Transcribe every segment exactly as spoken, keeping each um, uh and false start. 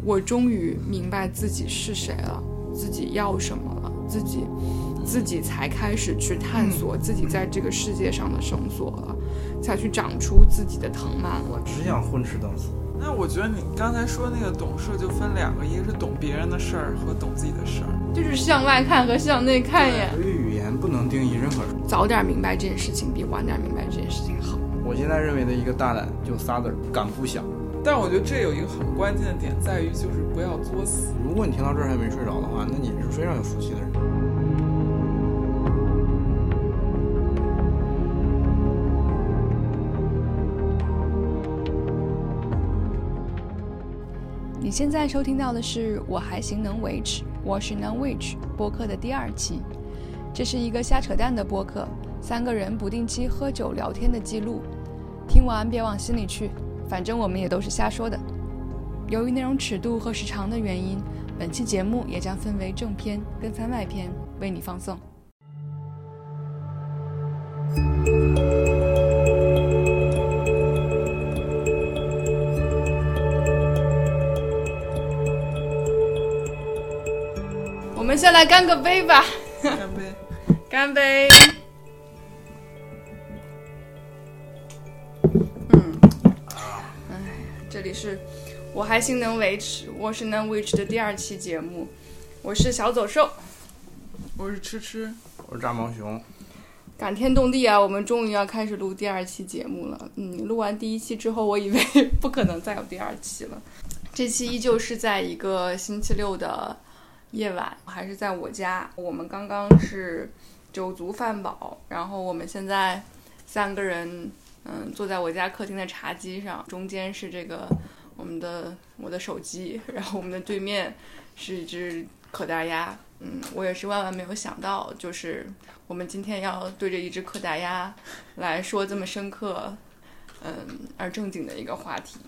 我终于明白自己是谁了，自己要什么了，自己自己才开始去探索自己在这个世界上的绳索了，才去长出自己的藤蔓了。 我只想混吃等死。 那我觉得你刚才说那个懂事就分两个，一个是懂别人的事儿和懂自己的事儿， 就是向外看和向内看呀。 对于语言不能定义任何事， 早点明白这件事情比晚点明白这件事情好。 我现在认为的一个大胆就仨字儿：敢不想。 但我觉得这有一个很关键的点在于，就是不要作死。 如果你听到这儿还没睡着的话，那你是非常有福气的人。 你现在收听到的是我还行能维持，我是 Nonwich 播客的第二期。这是一个瞎扯淡的播客，三个人不定期喝酒聊天的记录。听完别往心里去，反正我们也都是瞎说的。由于内容尺度和时长的原因，本期节目也将分为正片跟番外篇为你放送。我们先来干个杯吧。 干杯！ 干杯！嗯，哎，这里是我还行能维持，我是 Nonwich 的第二期节目，我是小走兽， 我是吃吃， 我是炸毛熊。 感天动地啊！我们终于要开始录第二期节目了。嗯，录完第一期之后，我以为不可能再有第二期了。这期依旧是在一个星期六的夜晚，还是在我家。我们刚刚是酒足饭饱，然后我们现在三个人，嗯，坐在我家客厅的茶几上，中间是这个我们的我的手机，然后我们的对面是一只可达鸭。嗯，我也是万万没有想到，就是我们今天要对着一只可达鸭来说这么深刻，嗯，而正经的一个话题。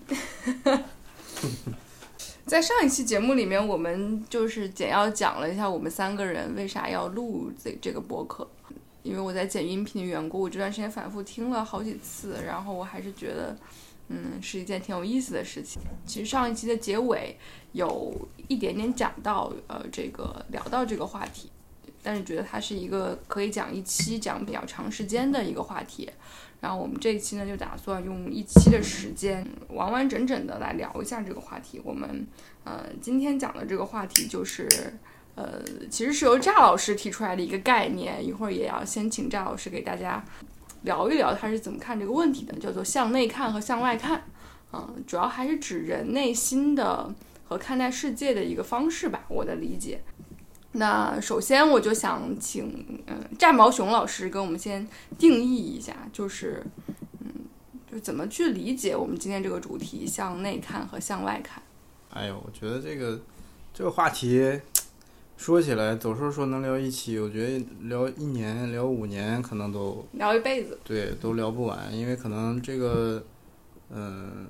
在上一期节目里面，我们就是简要讲了一下我们三个人为啥要录这这个播客。因为我在剪音频的缘故，我这段时间反复听了好几次，然后我还是觉得嗯是一件挺有意思的事情。其实上一期的结尾有一点点讲到呃这个聊到这个话题，但是觉得它是一个可以讲一期讲比较长时间的一个话题。然后我们这一期呢，就打算用一期的时间完完整整的来聊一下这个话题。我们呃今天讲的这个话题就是呃其实是由炸老师提出来的一个概念，一会儿也要先请炸老师给大家聊一聊他是怎么看这个问题的，叫做向内看和向外看。嗯、呃，主要还是指人内心的和看待世界的一个方式吧，我的理解。那首先我就想请嗯炸毛熊老师跟我们先定义一下，就是嗯就怎么去理解我们今天这个主题向内看和向外看。 哎呦，我觉得这个这个话题说起来，走兽说能聊一期，我觉得聊一年聊五年可能都聊一辈子， 对，都聊不完，因为可能这个嗯、呃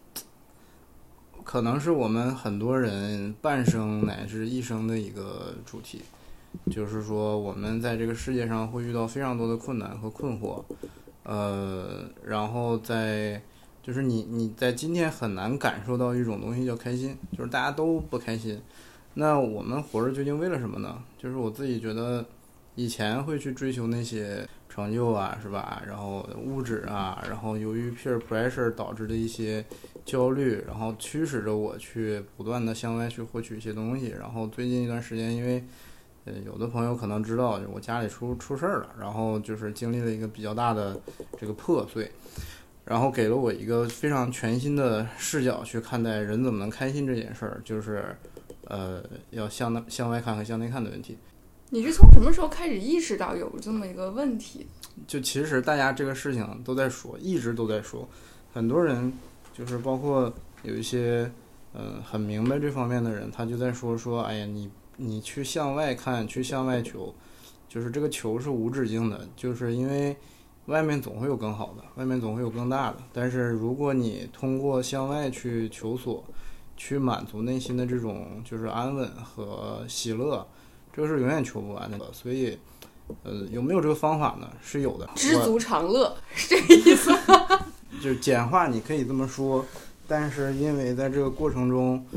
可能是我们很多人半生乃至一生的一个主题。就是说我们在这个世界上会遇到非常多的困难和困惑，呃，然后在就是你你在今天很难感受到一种东西叫开心，就是大家都不开心。那我们活着究竟为了什么呢？就是我自己觉得以前会去追求那些成就啊，是吧？然后物质啊，然后由于 peer pressure 导致的一些焦虑，然后驱使着我去不断的向外去获取一些东西。然后最近一段时间，因为呃有的朋友可能知道，就我家里出出事儿了，然后就是经历了一个比较大的这个破碎，然后给了我一个非常全新的视角去看待人怎么能开心这件事儿，就是呃要向向外看和向内看的问题。 你是从什么时候开始意识到有这么一个问题？ 就其实大家这个事情都在说，一直都在说，很多人就是包括有一些呃很明白这方面的人，他就在说说，哎呀，你你去向外看，去向外求，就是这个求是无止境的，就是因为外面总会有更好的，外面总会有更大的，但是如果你通过向外去求索，去满足内心的这种就是安稳和喜乐，这个是永远求不完的。所以呃，有没有这个方法呢？是有的， 知足常乐是这个意思吗？ 就是简化你可以这么说，但是因为在这个过程中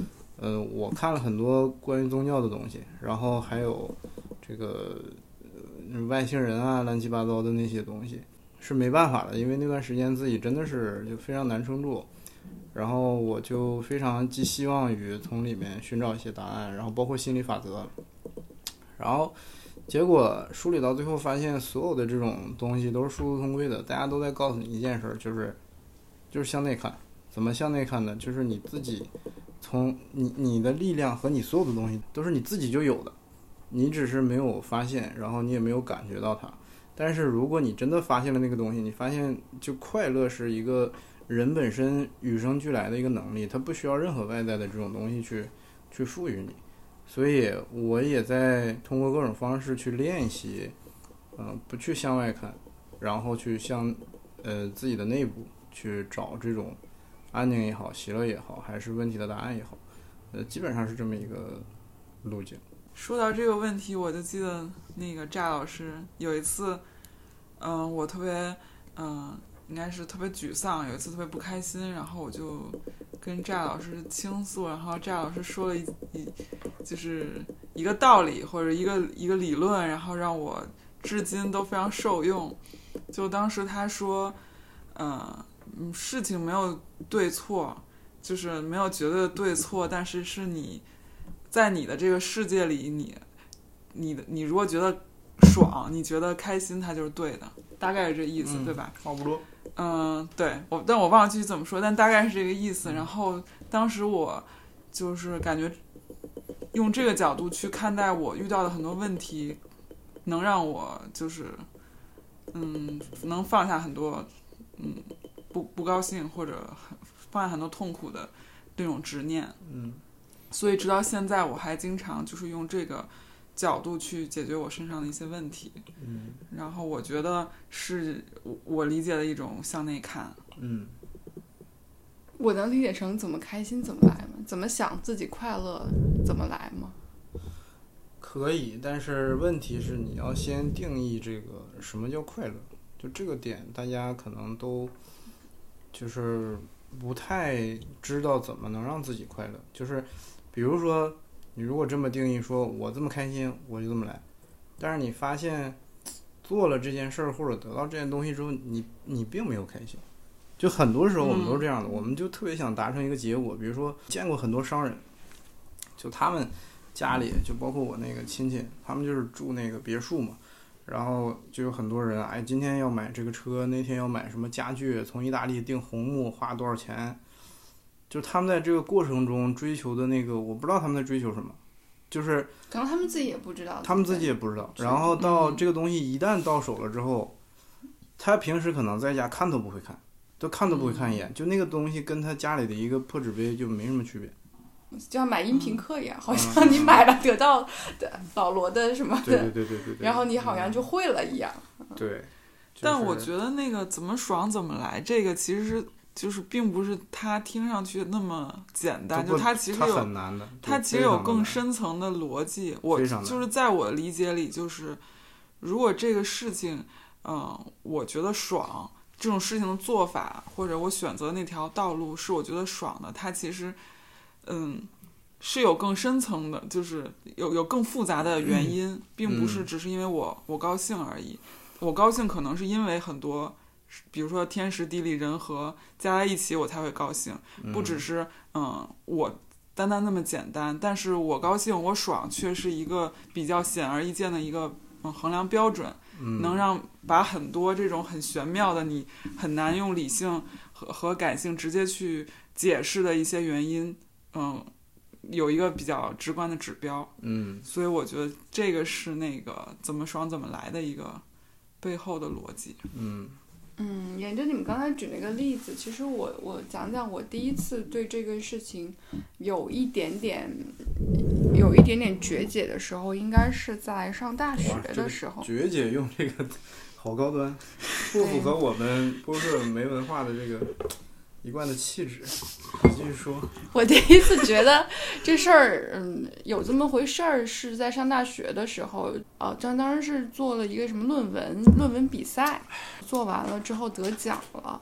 呃，我看了很多关于宗教的东西，然后还有这个、呃、外星人啊，乱七八糟的那些东西，是没办法的，因为那段时间自己真的是就非常难撑住。然后我就非常寄希望于从里面寻找一些答案，然后包括心理法则。然后结果梳理到最后发现，所有的这种东西都是殊途同归的，大家都在告诉你一件事，就是就是向内看。怎么向内看呢？就是你自己从你你的力量和你所有的东西都是你自己就有的，你只是没有发现，然后你也没有感觉到它。但是如果你真的发现了那个东西，你发现就快乐是一个人本身与生俱来的一个能力，它不需要任何外在的这种东西去去赋予你。所以我也在通过各种方式去练习，嗯、呃，不去向外看，然后去向呃自己的内部去找这种安宁也好，喜乐也好，还是问题的答案也好，呃，基本上是这么一个路径。 说到这个问题，我就记得那个炸老师有一次，嗯、呃，我特别，嗯、呃，应该是特别沮丧，有一次特别不开心，然后我就跟炸老师倾诉，然后炸老师说了一一就是一个道理或者一个一个理论，然后让我至今都非常受用。就当时他说，呃，事情没有对错，就是没有绝对的对错，但是是你在你的这个世界里，你你的你如果觉得爽，你觉得开心，它就是对的，大概是这意思， 嗯、 对吧？ 差不多。 嗯，对，我但我忘了具体怎么说，但大概是这个意思。然后当时我就是感觉用这个角度去看待我遇到的很多问题，能让我就是嗯能放下很多嗯不不高兴或者放下很多痛苦的这种执念。 嗯， 所以直到现在我还经常就是用这个角度去解决我身上的一些问题。 嗯， 然后我觉得是我理解的一种向内看。 嗯， 我能理解成怎么开心怎么来吗？怎么想自己快乐怎么来吗？ 可以，但是问题是你要先定义这个什么叫快乐，就这个点大家可能都就是不太知道怎么能让自己快乐。就是比如说你如果这么定义，说我这么开心我就这么来，但是你发现做了这件事儿或者得到这件东西之后，你你并没有开心。就很多时候我们都是这样的、嗯、我们就特别想达成一个结果。比如说见过很多商人，就他们家里就包括我那个亲戚，他们就是住那个别墅嘛，然后就有很多人，哎，今天要买这个车，那天要买什么家具，从意大利订红木花多少钱，就他们在这个过程中追求的那个，我不知道他们在追求什么，就是可能他们自己也不知道， 他们自己也不知道。然后到这个东西一旦到手了之后，他平时可能在家看都不会看，都看都不会看一眼，就那个东西跟他家里的一个破纸杯就没什么区别。 就像买音频课一样、嗯、好像你买了得到的保罗的什么的， 对对对对对对， 然后你好像就会了一样。 对、就是， 但我觉得那个怎么爽怎么来，这个其实是就是并不是他听上去那么简单，就他其实有很难的， 他其实有更深层的逻辑。我就是在我理解里，就是如果这个事情，嗯、呃，我觉得爽，这种事情的做法或者我选择那条道路是我觉得爽的，它其实。嗯，是有更深层的，就是有有更复杂的原因、嗯、并不是只是因为我我高兴而已。我高兴可能是因为很多，比如说天时地利人和加在一起我才会高兴，不只是嗯我单单那么简单。但是我高兴我爽却是一个比较显而易见的一个嗯衡量标准、嗯、能让把很多这种很玄妙的你很难用理性和和感性直接去解释的一些原因嗯，有一个比较直观的指标， 嗯， 所以我觉得这个是那个怎么爽怎么来的一个背后的逻辑， 嗯嗯，沿着你们刚才举那个例子，其实我我讲讲我第一次对这个事情有一点点有一点点觉解的时候，应该是在上大学的时候。 觉解用这个好高端，不符合我们播客没文化的这个。一贯的气质，你继续说。 我第一次觉得这事儿，嗯，有这么回事儿，是在上大学的时候，哦，当当时是做了一个什么论文，论文比赛，做完了之后得奖了，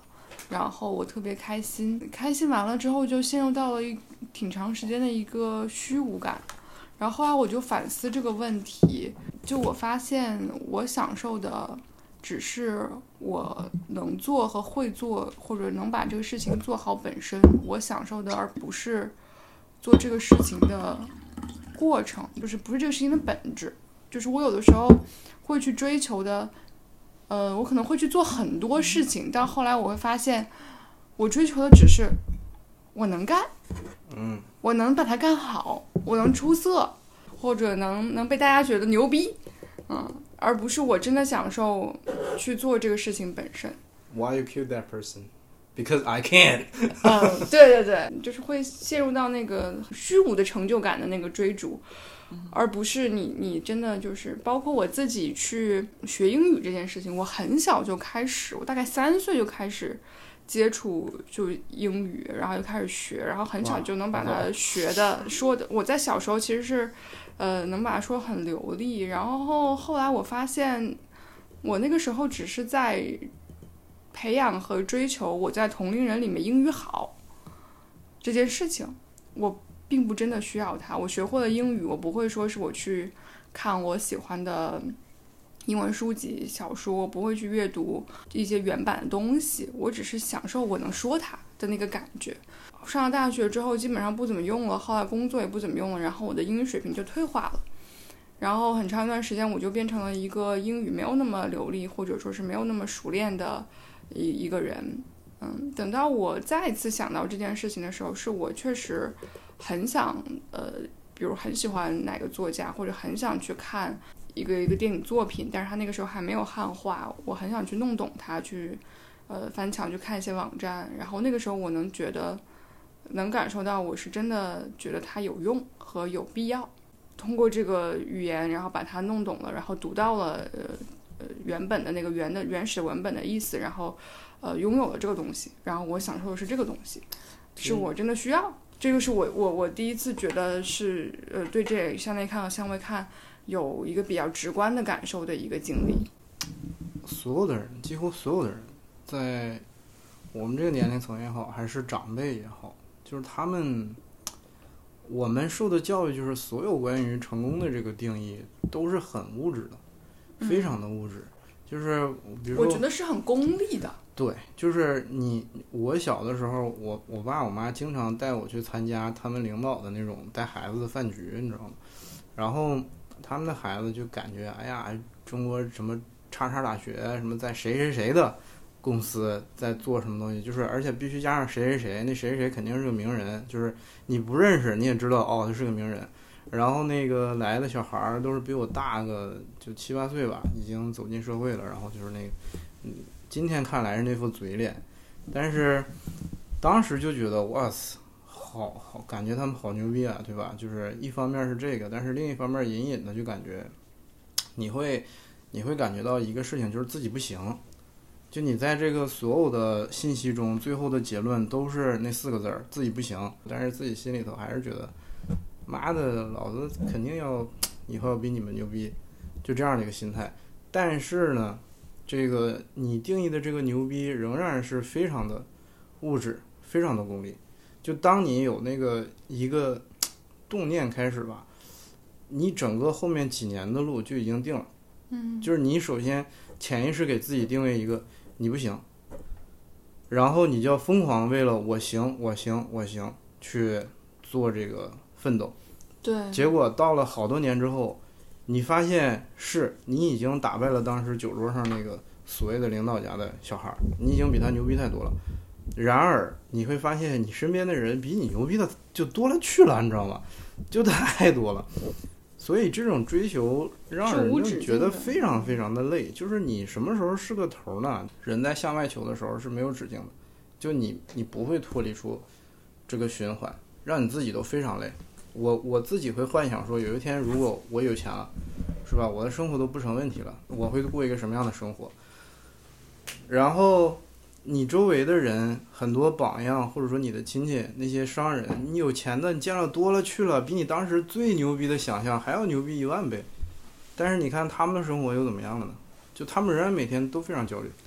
然后我特别开心，开心完了之后就陷入到了一挺长时间的一个虚无感。然后后来我就反思这个问题，就我发现我享受的只是我能做和会做，或者能把这个事情做好本身，我享受的，而不是做这个事情的过程，就是不是这个事情的本质。就是我有的时候会去追求的，呃，我可能会去做很多事情，但后来我会发现，我追求的只是我能干， 嗯， 我能把它干好，我能出色，或者能能被大家觉得牛逼，嗯，而不是我真的享受去做这个事情本身。 Why you kill that person? Because I can 嗯，对对对，就是会陷入到那个虚无的成就感的那个追逐，而不是你你真的就是包括我自己去学英语这件事情，我很小就开始，我大概三岁就开始接触就英语，然后就开始学，然后很少就能把它学的说的，我在小时候其实是呃能把它说很流利，然后后来我发现我那个时候只是在培养和追求我在同龄人里面英语好这件事情，我并不真的需要它。我学会了英语，我不会说是我去看我喜欢的英文书籍小说，我不会去阅读一些原版的东西，我只是享受我能说它的那个感觉。上了大学之后基本上不怎么用了，后来工作也不怎么用了，然后我的英语水平就退化了，然后很长一段时间我就变成了一个英语没有那么流利，或者说是没有那么熟练的一一个人。嗯，等到我再一次想到这件事情的时候，是我确实很想呃，比如很喜欢哪个作家，或者很想去看一个一个电影作品，但是他那个时候还没有汉化，我很想去弄懂它，去呃翻墙去看一些网站，然后那个时候我能觉得能感受到我是真的觉得它有用和有必要，通过这个语言然后把它弄懂了，然后读到了呃呃原本的那个原的原始文本的意思，然后呃拥有了这个东西，然后我享受的是这个东西，是我真的需要。这个是我我我第一次觉得是呃对这向内看和向外看有一个比较直观的感受的一个经历。 所有的人，几乎所有的人，在我们这个年龄层也好，还是长辈也好，就是他们，我们受的教育就是所有关于成功的这个定义都是很物质的，非常的物质。嗯、就是比如说， 我觉得是很功利的。 对，就是你，我小的时候，我我爸我妈经常带我去参加他们领导的那种带孩子的饭局，你知道吗？然后他们的孩子就感觉，哎呀，中国什么叉叉大学，什么在谁谁谁的公司在做什么东西，就是而且必须加上谁谁谁，那谁谁谁肯定是个名人，就是你不认识你也知道，哦，他是个名人。然后那个来的小孩都是比我大个就七八岁吧，已经走进社会了，然后就是那个，嗯。今天看来是那副嘴脸，但是当时就觉得哇塞，好好感觉他们好牛逼啊，对吧？就是一方面是这个，但是另一方面隐隐的就感觉你会你会感觉到一个事情，就是自己不行。就你在这个所有的信息中，最后的结论都是那四个字儿，自己不行。但是自己心里头还是觉得，妈的，老子肯定要以后要比你们牛逼，就这样的一个心态。但是呢，这个你定义的这个牛逼仍然是非常的物质，非常的功利。就当你有那个一个动念开始吧，你整个后面几年的路就已经定了。 嗯， 就是你首先潜意识给自己定位一个你不行，然后你就要疯狂为了我行我行我行去做这个奋斗。 对， 结果到了好多年之后，你发现是你已经打败了当时酒桌上那个所谓的领导家的小孩，你已经比他牛逼太多了。然而你会发现你身边的人比你牛逼的就多了去了，你知道吗？就太多了。所以这种追求让人就觉得非常非常的累，就是你什么时候是个头呢？人在向外求的时候是没有止境的，就你你不会脱离出这个循环，让你自己都非常累。我我自己会幻想说，有一天如果我有钱了，是吧？我的生活都不成问题了，我会过一个什么样的生活？然后你周围的人很多榜样，或者说你的亲戚那些商人，你有钱的你见了多了去了，比你当时最牛逼的想象还要牛逼一万倍。但是你看他们的生活又怎么样了呢？就他们仍然每天都非常焦虑，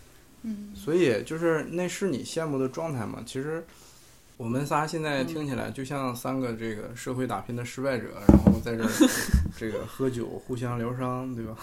嗯， 所以就是那是你羡慕的状态吗？其实我们仨现在听起来就像三个这个社会打拼的失败者，然后在这儿这个喝酒互相疗伤，对吧？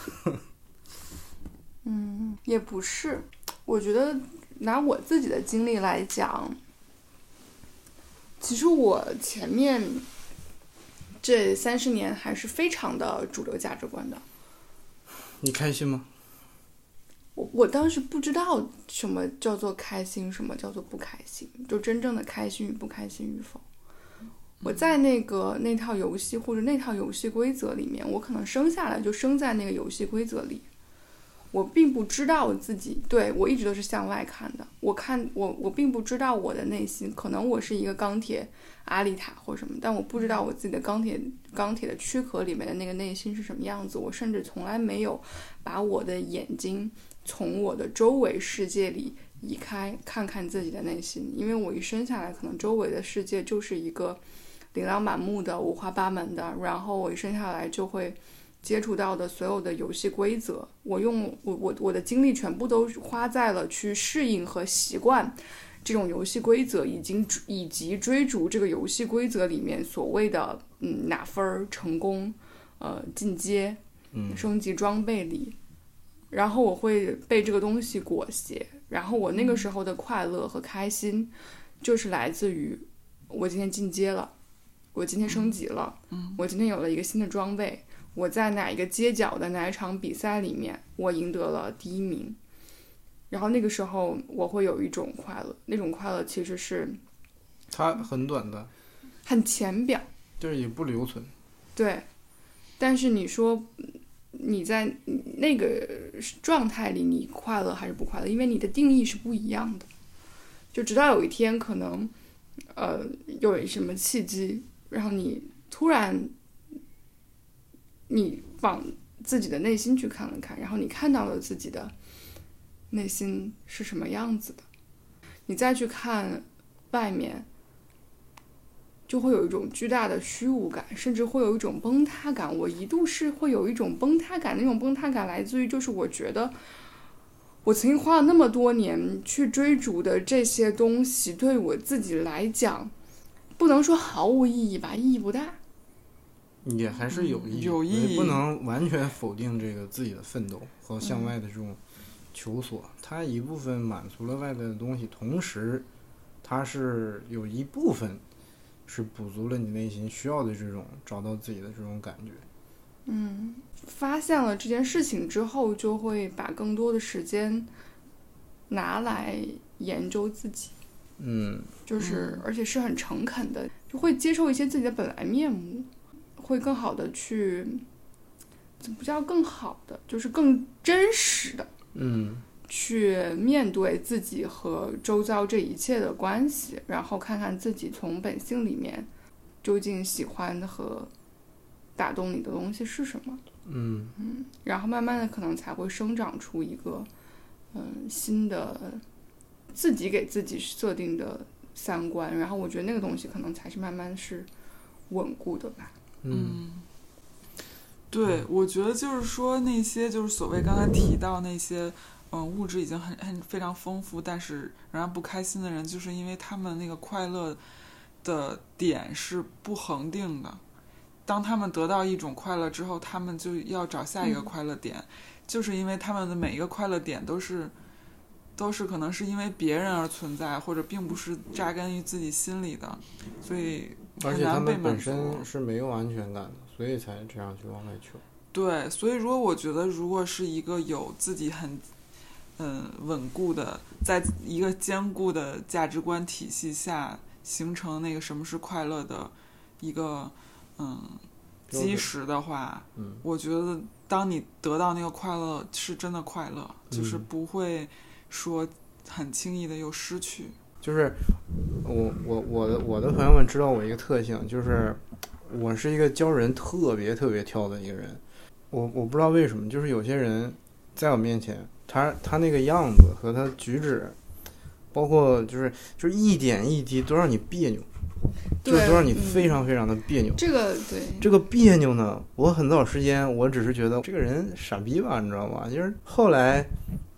嗯，也不是，我觉得拿我自己的经历来讲，其实我前面这三十年还是非常的主流价值观的。 你开心吗？ 我我当时不知道什么叫做开心，什么叫做不开心，就真正的开心与不开心与否。我在那个那套游戏或者那套游戏规则里面，我可能生下来就生在那个游戏规则里。我并不知道自己，对，我一直都是向外看的。我看我我并不知道我的内心，可能我是一个钢铁阿丽塔或什么，但我不知道我自己的钢铁钢铁的躯壳里面的那个内心是什么样子。我甚至从来没有把我的眼睛从我的周围世界里移开，看看自己的内心，因为我一生下来，可能周围的世界就是一个琳琅满目的、五花八门的，然后我一生下来就会接触到的所有的游戏规则，我用我我我的精力全部都花在了去适应和习惯这种游戏规则，以及以及追逐这个游戏规则里面所谓的嗯拿分、成功、呃进阶、升级装备里，然后我会被这个东西裹挟，然后我那个时候的快乐和开心，就是来自于我今天进阶了，我今天升级了，我今天有了一个新的装备。我在哪一个街角的哪一场比赛里面，我赢得了第一名，然后那个时候我会有一种快乐，那种快乐其实是它很短的， 很浅表， 就是也不留存。 对，但是你说你在那个状态里，你快乐还是不快乐？因为你的定义是不一样的。就直到有一天，可能呃有什么契机，然后你突然。你往自己的内心去看了看，然后你看到了自己的内心是什么样子的，你再去看外面，就会有一种巨大的虚无感，甚至会有一种崩塌感。我一度是会有一种崩塌感，那种崩塌感来自于就是我觉得我曾经花了那么多年去追逐的这些东西，对我自己来讲不能说毫无意义吧，意义不大， 也还是有意义， 有意义， 不能完全否定这个自己的奋斗和向外的这种求索。嗯、它一部分满足了外在的东西，同时它是有一部分是补足了你内心需要的这种找到自己的这种感觉。 嗯，发现了这件事情之后，就会把更多的时间拿来研究自己。 嗯， 就是而且是很诚恳的，就会接受一些自己的本来面目。会更好的去，怎么不叫更好的，就是更真实的， 嗯， 去面对自己和周遭这一切的关系，然后看看自己从本性里面究竟喜欢和打动你的东西是什么， 嗯嗯，然后慢慢的可能才会生长出一个嗯新的自己给自己设定的三观，然后我觉得那个东西可能才是慢慢是稳固的吧。 嗯， 对，我觉得就是说那些就是所谓刚才提到那些，嗯，物质已经很很非常丰富，但是仍然不开心的人，就是因为他们那个快乐的点是不恒定的。当他们得到一种快乐之后，他们就要找下一个快乐点，嗯、就是因为他们的每一个快乐点都是都是可能是因为别人而存在，或者并不是扎根于自己心里的，所以。 而且他们本身是没有安全感的，所以才这样去往外求。 对，所以如果我觉得，如果是一个有自己很嗯稳固的，在一个坚固的价值观体系下形成那个什么是快乐的一个嗯基石的话， 嗯， 我觉得当你得到那个快乐，是真的快乐， 嗯、 就是不会说很轻易的又失去。 就是我我我的我的朋友们知道我一个特性，就是我是一个教人特别特别挑的一个人。我我不知道为什么，就是有些人在我面前，他他那个样子和他举止，包括就是就是一点一滴都让你别扭，就都让你非常非常的别扭。 嗯、这个对这个别扭呢，我很早时间我只是觉得这个人傻逼吧，你知道吗？就是后来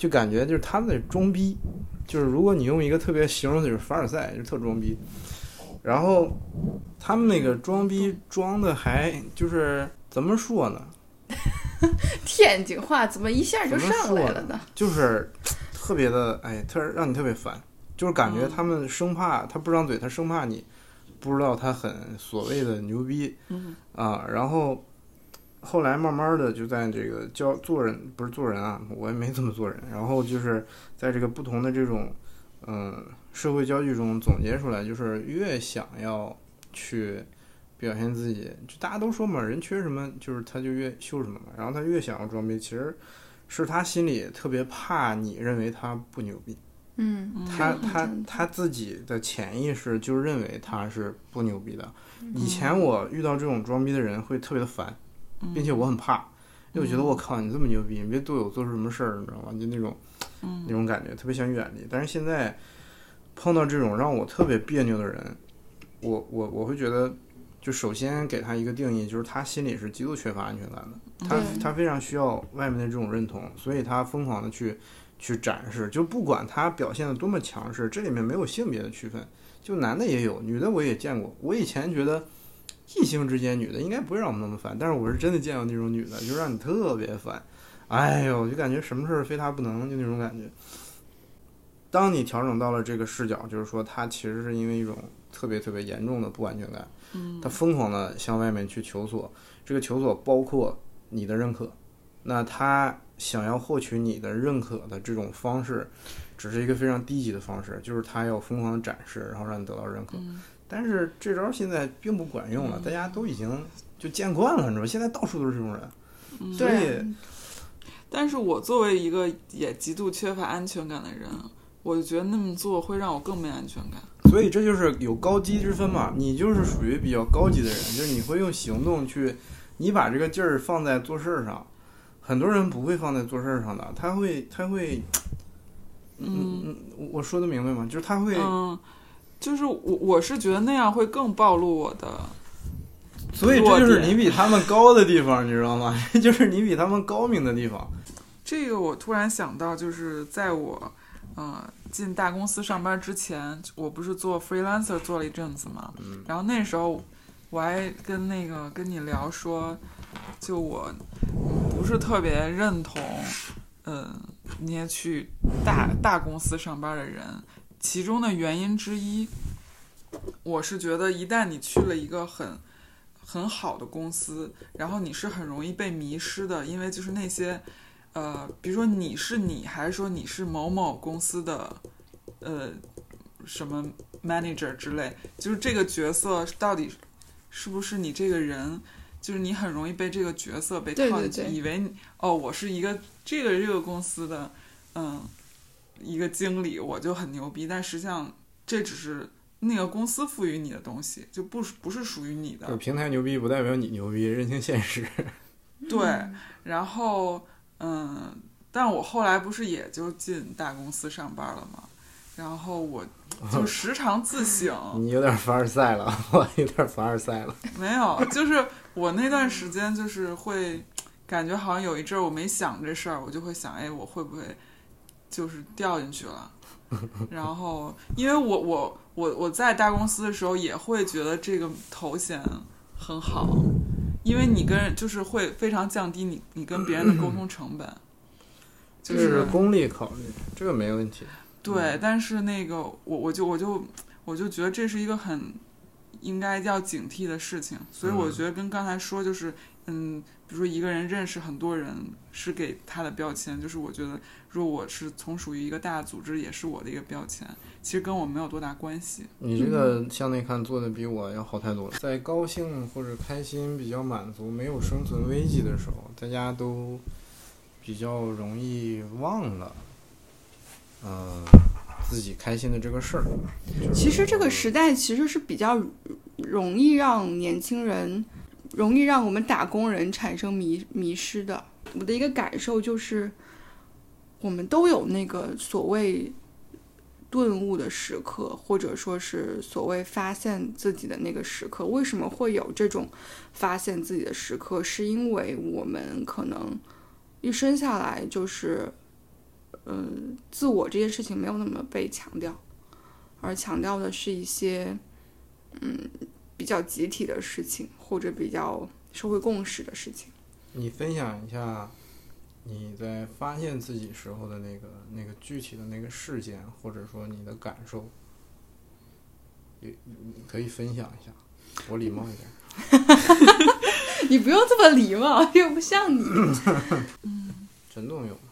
就感觉就是他们的装逼，就是如果你用一个特别形容词，就是凡尔赛，就特装逼。然后他们那个装逼装的还就是怎么说呢？ 天津话怎么一下就上来了呢？ 就是特别的，哎，特让你特别烦，就是感觉他们生怕他不张嘴，他生怕你不知道他很所谓的牛逼， 嗯啊，然后后来慢慢的就在这个教做人，不是做人啊，我也没怎么做人，然后就是在这个不同的这种嗯社会交际中总结出来，就是越想要去表现自己，就大家都说嘛，人缺什么就是他就越秀什么嘛，然后他越想要装逼，其实是他心里特别怕你认为他不牛逼。 嗯， 他他他自己的潜意识就认为他是不牛逼的。以前我遇到这种装逼的人会特别的烦，并且我很怕，因为我觉得我靠你这么牛逼，你别对我做出什么事儿，你知道吗？就那种那种感觉，特别想远离。但是现在碰到这种让我特别别扭的人，我我我会觉得，就首先给他一个定义，就是他心里是极度缺乏安全感的，他他非常需要外面的这种认同，所以他疯狂的去。去展示，就不管他表现的多么强势，这里面没有性别的区分，就男的也有，女的我也见过。我以前觉得异性之间女的应该不会让我们那么烦，但是我是真的见过那种女的，就让你特别烦。哎呦，就感觉什么事非他不能，就那种感觉。当你调整到了这个视角，就是说他其实是因为一种特别特别严重的不安全感，他疯狂的向外面去求索，这个求索包括你的认可，那他想要获取你的认可的这种方式只是一个非常低级的方式，就是他要疯狂的展示，然后让你得到认可、嗯、但是这招现在并不管用了、嗯、大家都已经就见惯了，你知道吗？现在到处都是这种人、嗯、所以但是我作为一个也极度缺乏安全感的人，我就觉得那么做会让我更没安全感， 所以这就是有高低之分嘛。你就是属于比较高级的人，就是你会用行动去，你把这个劲儿放在做事上，很多人不会放在做事上的，他会他会嗯嗯，我说的明白吗？就是他会嗯，就是我我是觉得那样会更暴露我的， 所以这就是你比他们高的地方，你知道吗？这就是你比他们高明的地方。 这个我突然想到，就是在我呃进大公司上班之前，我不是做 freelancer 做了一阵子嘛、嗯、然后那时候我还跟那个跟你聊说，就我不是特别认同嗯那些去大大公司上班的人，其中的原因之一，我是觉得一旦你去了一个很很好的公司，然后你是很容易被迷失的，因为就是那些呃，比如说你是你，还是说你是某某公司的呃什么 manager 之类，就是这个角色到底是不是你这个人，就是你很容易被这个角色被套进去， 对对对， 以为你哦，我是一个这个这个公司的嗯一个经理，我就很牛逼，但实际上这只是那个公司赋予你的东西，就不不是属于你的。 就平台牛逼不代表你牛逼，认清现实。 对，然后嗯，但我后来不是也就进大公司上班了吗？然后我就时常自省。 你有点凡尔赛了，我有点凡尔赛了。 没有，就是我那段时间就是会感觉好像有一阵儿我没想这事儿，我就会想，哎，我会不会就是掉进去了？然后因为我我我我在大公司的时候也会觉得这个头衔很好，因为你跟就是会非常降低你你跟别人的沟通成本，就是功利考虑，这个没问题。 对，但是那个我我就我就我就觉得这是一个很应该要警惕的事情，所以我觉得跟刚才说就是嗯，比如说一个人认识很多人是给他的标签，就是我觉得如果我是从属于一个大组织，也是我的一个标签，其实跟我没有多大关系。 你这个向内看做的比我要好太多了。在高兴或者开心比较满足没有生存危机的时候，大家都比较容易忘了呃自己开心的这个事儿。 其实这个时代其实是比较容易让年轻人容易让我们打工人产生迷迷失的。我的一个感受就是我们都有那个所谓顿悟的时刻，或者说是所谓发现自己的那个时刻。为什么会有这种发现自己的时刻，是因为我们可能一生下来就是嗯，自我这件事情没有那么被强调，而强调的是一些嗯比较集体的事情，或者比较社会共识的事情。 你分享一下你在发现自己时候的那个那个具体的那个事件，或者说你的感受，也可以分享一下。我礼貌一点。 你不用这么礼貌，又不像你。 嗯，陈总有吗？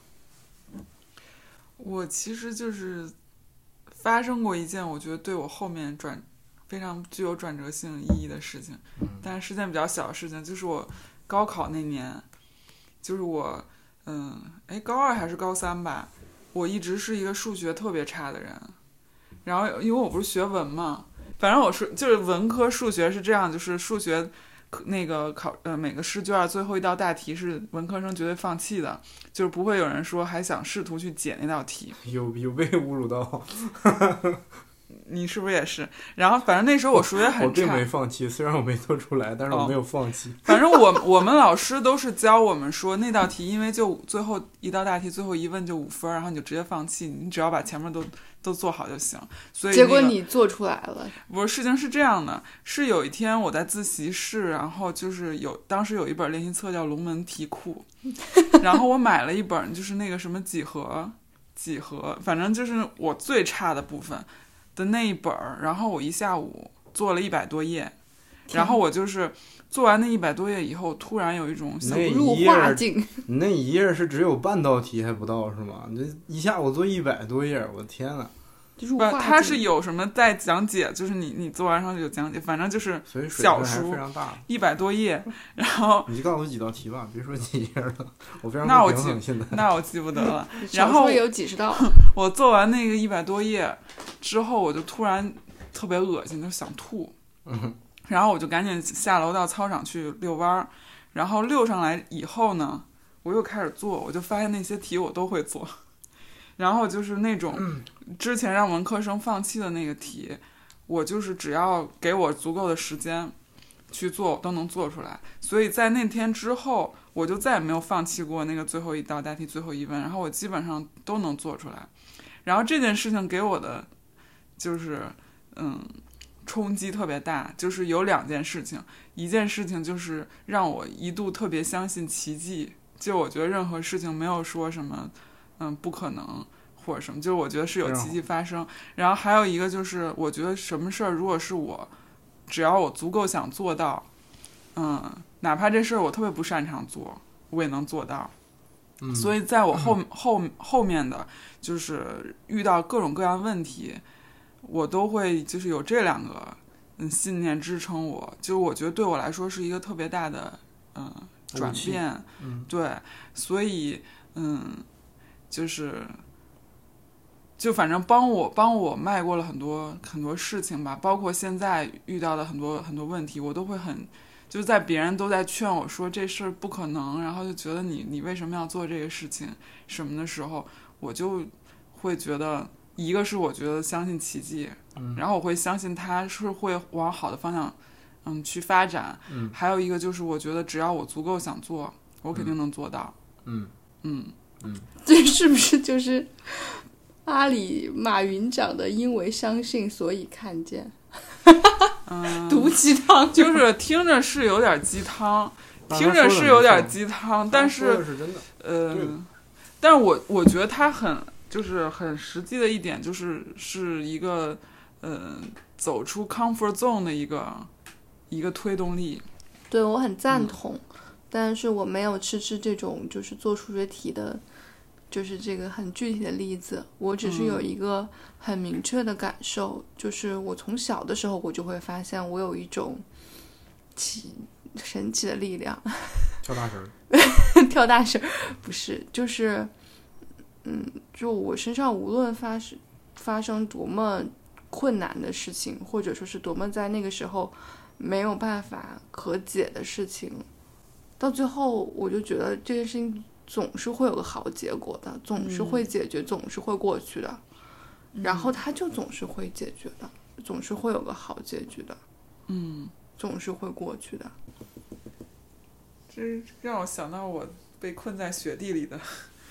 我其实就是发生过一件我觉得对我后面转非常具有转折性意义的事情，但是事件比较小的事情，就是我高考那年，就是我嗯哎高二还是高三吧，我一直是一个数学特别差的人，然后因为我不是学文嘛，反正我是就是文科数学是这样，就是数学那个考呃每个试卷最后一道大题是文科生绝对放弃的，就是不会有人说还想试图去解那道题。 有有被侮辱到。 你是不是也是？然后反正那时候我数学很差， 我并没放弃，虽然我没做出来，但是我没有放弃。 哦、反正我我们老师都是教我们说，那道题因为就最后一道大题最后一问就五分，然后你就直接放弃，你只要把前面都都做好就行。所以、那个、 结果你做出来了。 不是，事情是这样的，是有一天我在自习室，然后就是有当时有一本练习册叫《龙门题库》，然后我买了一本，就是那个什么几何几何，反正就是我最差的部分的那一本，然后我一下午做了一百多页，然后我就是做完那一百多页以后，突然有一种走入画境。 你那一页是只有半道题还不到是吗？你这一下午做一百多页，我的天呐！ 不， 它是有什么在讲解，就是你你做完上就有讲解，反正就是小书一百多页，然后你就告诉我几道题吧，别说几页了，我非常那我记现在那我记不得了。然后有几十道， 我做完那个一百多页之后，我就突然特别恶心，就想吐， 嗯， 然后我就赶紧下楼到操场去遛弯，然后遛上来以后呢，我又开始做，我就发现那些题我都会做。然后就是那种之前让文科生放弃的那个题，我就是只要给我足够的时间去做，我都能做出来。所以在那天之后，我就再也没有放弃过那个最后一道大题最后一问，然后我基本上都能做出来。然后这件事情给我的就是嗯冲击特别大，就是有两件事情，一件事情就是让我一度特别相信奇迹，就我觉得任何事情没有说什么嗯不可能或者什么，就是我觉得是有奇迹发生。然后还有一个就是我觉得什么事儿如果是我只要我足够想做到，嗯哪怕这事儿我特别不擅长做我也能做到。 嗯、 所以在我后、嗯、后后面的就是遇到各种各样问题，我都会就是有这两个嗯信念支撑我，就是我觉得对我来说是一个特别大的嗯转变。 嗯， 对，所以嗯就是就反正帮我帮我迈过了很多很多事情吧，包括现在遇到的很多很多问题，我都会很就是在别人都在劝我说这事儿不可能，然后就觉得你你为什么要做这个事情什么的时候，我就会觉得一个是我觉得相信奇迹， 嗯、 然后我会相信它是会往好的方向嗯去发展， 嗯， 还有一个就是我觉得只要我足够想做我肯定能做到。 嗯嗯嗯， 这是不是就是阿里马云讲的因为相信所以看见？ 嗯， 毒鸡汤就是听着是有点鸡汤，听着是有点鸡汤，但是是真的， 呃，但是我我觉得他很就是很实际的一点就是是一个呃走出 comfort zone 的一个一个推动力。 对，我很赞同，嗯、但是我没有吃吃这种就是做数学题的就是这个很具体的例子，我只是有一个很明确的感受，嗯、就是我从小的时候我就会发现我有一种奇神奇的力量。 跳大神跳大神不是，就是嗯，就我身上无论发生发生多么困难的事情，或者说是多么在那个时候没有办法可解的事情，到最后我就觉得这件事情总是会有个好结果的，总是会解决，嗯、总是会过去的，嗯、然后它就总是会解决的，总是会有个好结局的， 嗯， 总是会过去的。 这让我想到我被困在雪地里的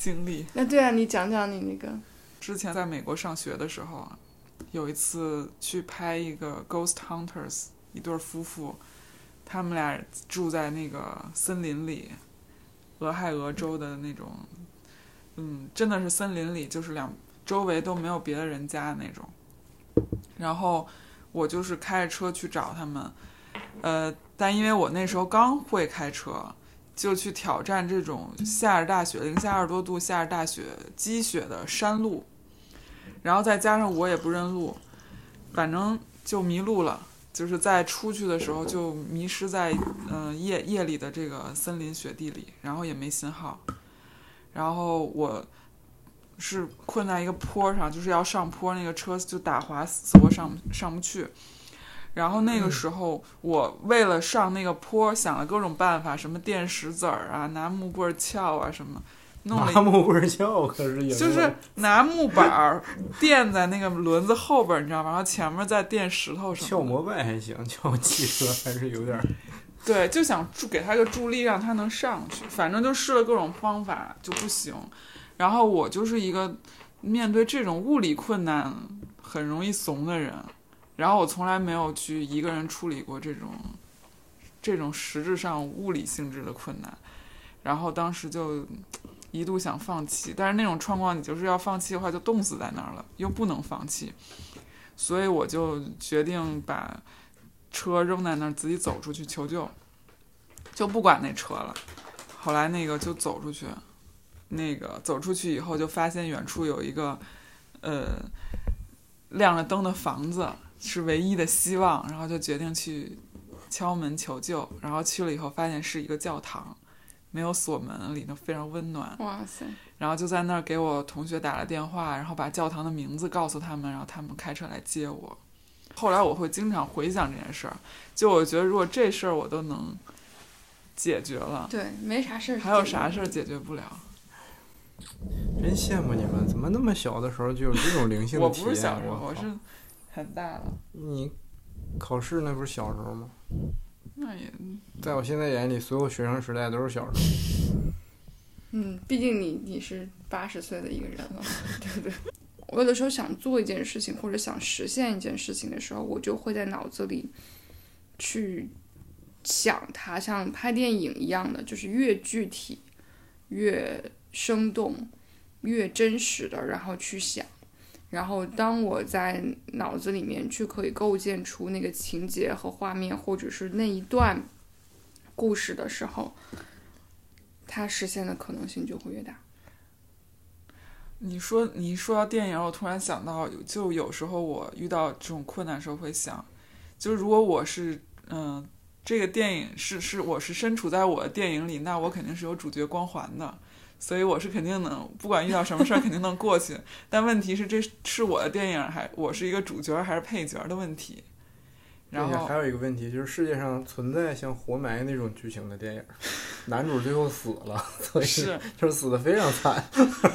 经历。 那对啊，你讲讲你那个。 之前在美国上学的时候，有一次去拍一个 Ghost Hunters， 一对夫妇，他们俩住在那个森林里，俄亥俄州的那种，嗯，真的是森林里，就是两周围都没有别的人家的那种。然后我就是开着车去找他们，呃，但因为我那时候刚会开车，就去挑战这种下着大雪、零下二十多度、下着大雪、积雪的山路，然后再加上我也不认路，反正就迷路了。就是在出去的时候就迷失在嗯、呃、夜夜里的这个森林雪地里，然后也没信号，然后我是困在一个坡上，就是要上坡，那个车就打滑死活上上不去。然后那个时候我为了上那个坡想了各种办法，什么垫石子儿啊，拿木棍撬啊，什么弄了拿木棍撬可是也就是拿木板垫在那个轮子后边，你知道吗？然后前面再垫石头什么的。 撬摩拜还行，撬汽车还是有点对，就想助给他个助力，让他能上去。反正就试了各种方法就不行。然后我就是一个面对这种物理困难很容易怂的人，然后我从来没有去一个人处理过这种这种实质上物理性质的困难，然后当时就一度想放弃，但是那种状况你就是要放弃的话就冻死在那儿了，又不能放弃，所以我就决定把车扔在那儿，自己走出去求救，就不管那车了。后来那个就走出去，那个走出去以后就发现远处有一个呃亮着灯的房子是唯一的希望，然后就决定去敲门求救。然后去了以后发现是一个教堂，没有锁门，里头非常温暖。 哇塞！ 然后就在那儿给我同学打了电话，然后把教堂的名字告诉他们，然后他们开车来接我。后来我会经常回想这件事儿，就我觉得如果这事儿我都能解决了， 对，没啥事儿， 还有啥事儿解决不了？ 真羡慕你们，怎么那么小的时候就有这种灵性的体验？ 我不是小时候，我是很大了。 你考试那不是小时候吗？ 那也， 在我现在眼里，所有学生时代都是小时候。 嗯，毕竟你你是八十岁的一个人了，对不对？我有的时候想做一件事情或者想实现一件事情的时候，我就会在脑子里去想它，像拍电影一样的，就是越具体越生动越真实的，然后去想。然后当我在脑子里面去可以构建出那个情节和画面，或者是那一段故事的时候，它实现的可能性就会越大。 你说你一说到电影，我突然想到，就有时候我遇到这种困难的时候会想，就如果我是嗯、呃，这个电影是是我是身处在我的电影里，那我肯定是有主角光环的，所以我是肯定能不管遇到什么事儿肯定能过去。但问题是这是我的电影，还我是一个主角还是配角的问题。然后还有一个问题就是世界上存在像活埋那种剧情的电影，男主最后死了，所以是就是死得非常惨。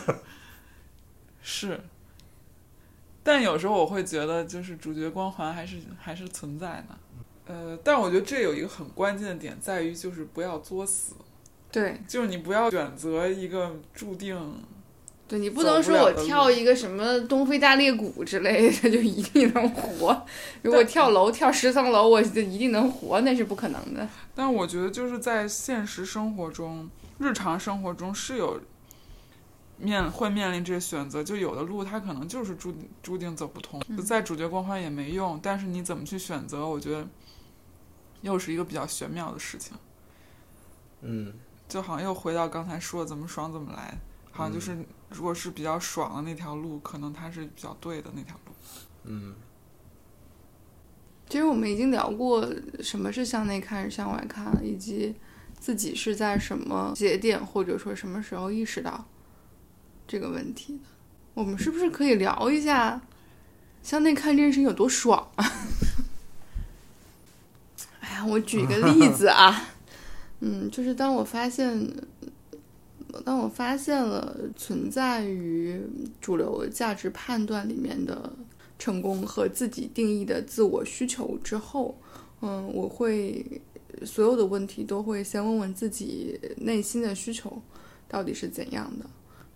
是，但有时候我会觉得，就是主角光环还是还是存在的。呃，但我觉得这有一个很关键的点，在于就是不要作死。 对， 就是你不要选择一个注定。 对，你不能说我跳一个什么东非大裂谷之类的就一定能活。如果跳楼跳十层楼，我就一定能活，那是不可能的。 但我觉得就是在现实生活中，日常生活中是有。面会面临这些选择，就有的路它可能就是注注定走不通，就再主角光环也没用，但是你怎么去选择，我觉得又是一个比较玄妙的事情。 嗯， 就好像又回到刚才说的怎么爽怎么来，好像就是如果是比较爽的那条路，可能它是比较对的那条路。 嗯， 其实我们已经聊过什么是向内看向外看，以及自己是在什么节点或者说什么时候意识到这个问题的。我们是不是可以聊一下向内看这件事情有多爽啊？哎呀，我举一个例子啊，嗯，就是当我发现，当我发现了存在于主流价值判断里面的成功和自己定义的自我需求之后，嗯，我会所有的问题都会先问问自己内心的需求到底是怎样的。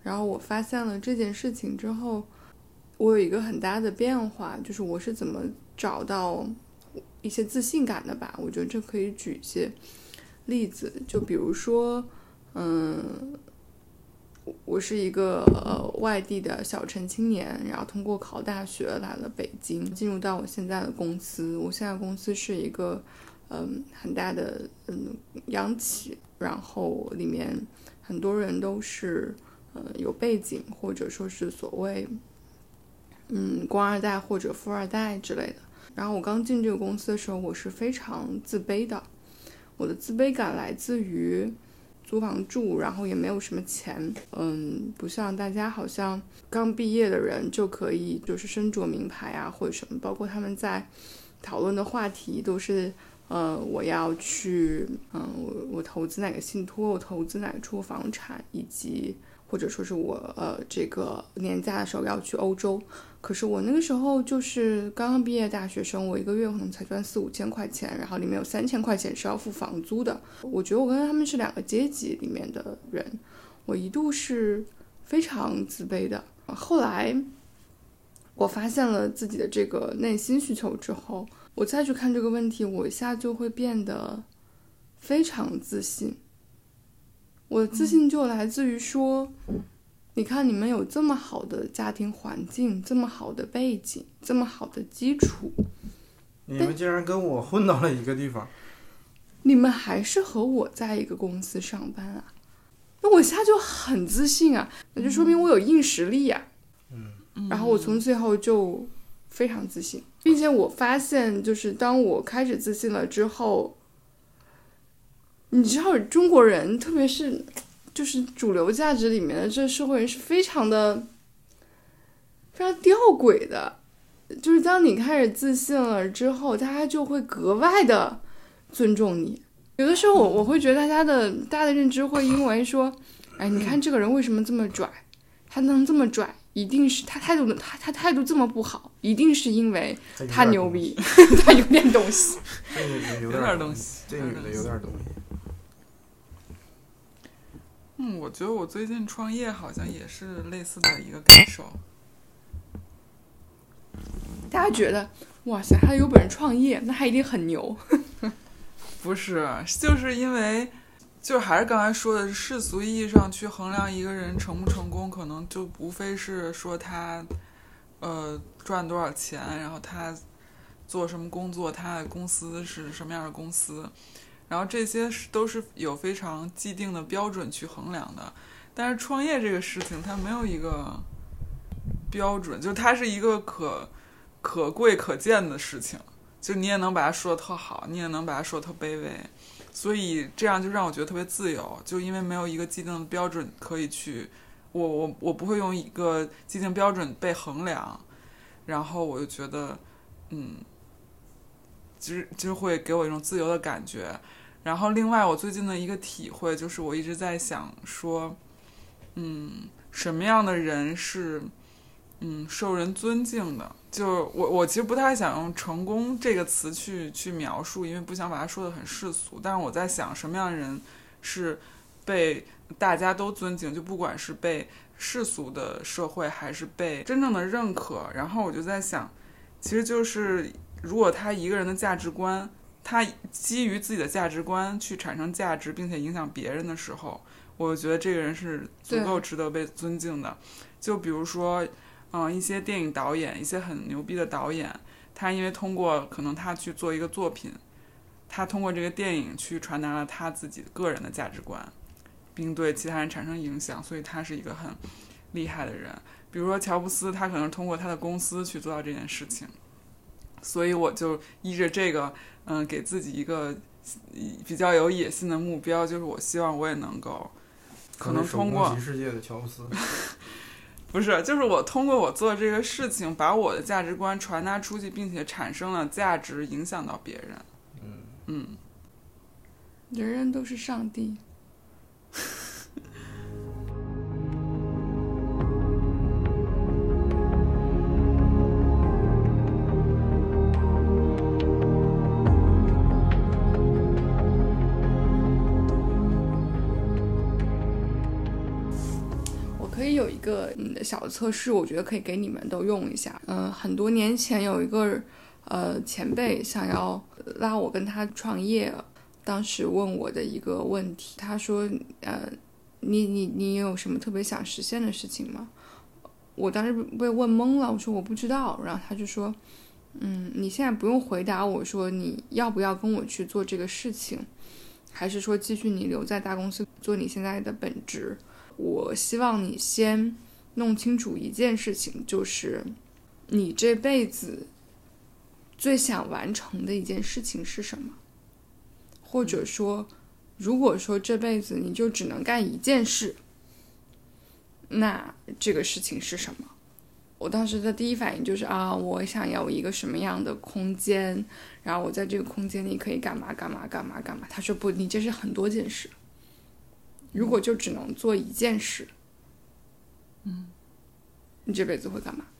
然后我发现了这件事情之后，我有一个很大的变化，就是我是怎么找到一些自信感的吧。我觉得这可以举一些例子，就比如说嗯，我是一个呃外地的小城青年，然后通过考大学来了北京，进入到我现在的公司。我现在公司是一个嗯很大的嗯央企，然后里面很多人都是呃有背景，或者说是所谓嗯官二代或者富二代之类的。然后我刚进这个公司的时候，我是非常自卑的。我的自卑感来自于租房住，然后也没有什么钱，嗯，不像大家好像刚毕业的人就可以就是身着名牌啊或者什么，包括他们在讨论的话题都是呃，我要去嗯，我我投资哪个信托，我投资哪个处房产，以及或者说是我呃这个年假的时候要去欧洲。可是我那个时候就是刚刚毕业大学生，我一个月可能才赚四五千块钱，然后里面有三千块钱是要付房租的。我觉得我跟他们是两个阶级里面的人，我一度是非常自卑的。后来我发现了自己的这个内心需求之后，我再去看这个问题，我一下就会变得非常自信。我的自信就来自于说，你看你们有这么好的家庭环境，这么好的背景，这么好的基础， 你们竟然跟我混到了一个地方， 你们还是和我在一个公司上班啊，那我现在就很自信啊，那就说明我有硬实力啊。 嗯， 然后我从最后就非常自信，并且我发现就是当我开始自信了之后，你知道中国人特别是就是主流价值里面的这社会人是非常的非常吊诡的，就是当你开始自信了之后，大家就会格外的尊重你。有的时候我我会觉得大家的大家的认知会因为说，哎，你看这个人为什么这么拽，他能这么拽，一定是他态度他他态度这么不好，一定是因为他牛逼，他有点东西， 这女的有点东西，这女的有点东西。 嗯，我觉得我最近创业好像也是类似的一个感受。 大家觉得哇塞，他有本事创业，那他一定很牛。 不是，就是因为就还是刚才说的，世俗意义上去衡量一个人成不成功，可能就无非是说他呃赚多少钱，然后他做什么工作，他的公司是什么样的公司，然后这些都是有非常既定的标准去衡量的。但是创业这个事情它没有一个标准，就它是一个可可贵可见的事情，就你也能把它说得特好，你也能把它说得特卑微，所以这样就让我觉得特别自由，就因为没有一个既定的标准可以去我我我不会用一个既定标准被衡量，然后我就觉得嗯其实就会给我一种自由的感觉。然后另外我最近的一个体会就是我一直在想说嗯什么样的人是嗯受人尊敬的，就我我其实不太想用成功这个词去去描述，因为不想把它说得很世俗，但是我在想什么样的人是被大家都尊敬，就不管是被世俗的社会还是被真正的认可。然后我就在想其实就是如果他一个人的价值观，他基于自己的价值观去产生价值并且影响别人的时候，我觉得这个人是足够值得被尊敬的。就比如说嗯，一些电影导演，一些很牛逼的导演，他因为通过可能他去做一个作品，他通过这个电影去传达了他自己个人的价值观，并对其他人产生影响，所以他是一个很厉害的人。比如说乔布斯，他可能通过他的公司去做到这件事情，所以我就依着这个嗯，给自己一个比较有野心的目标，就是我希望我也能够可能通过世界的乔布斯不是，就是我通过我做这个事情，把我的价值观传达出去，并且产生了价值，影响到别人。 嗯嗯， 人人都是上帝。有个嗯小测试，我觉得可以给你们都用一下。嗯、呃，很多年前有一个呃前辈想要拉我跟他创业，当时问我的一个问题，他说呃你你你有什么特别想实现的事情吗？我当时被问懵了，我说我不知道，然后他就说嗯，你现在不用回答我说你要不要跟我去做这个事情，还是说继续你留在大公司做你现在的本职。我希望你先弄清楚一件事情，就是你这辈子最想完成的一件事情是什么，或者说如果说这辈子你就只能干一件事，那这个事情是什么？我当时的第一反应就是啊，我想要一个什么样的空间，然后我在这个空间里可以干嘛干嘛干嘛干嘛。他说不，你这是很多件事，如果就只能做一件事， 嗯， 你这辈子会干嘛？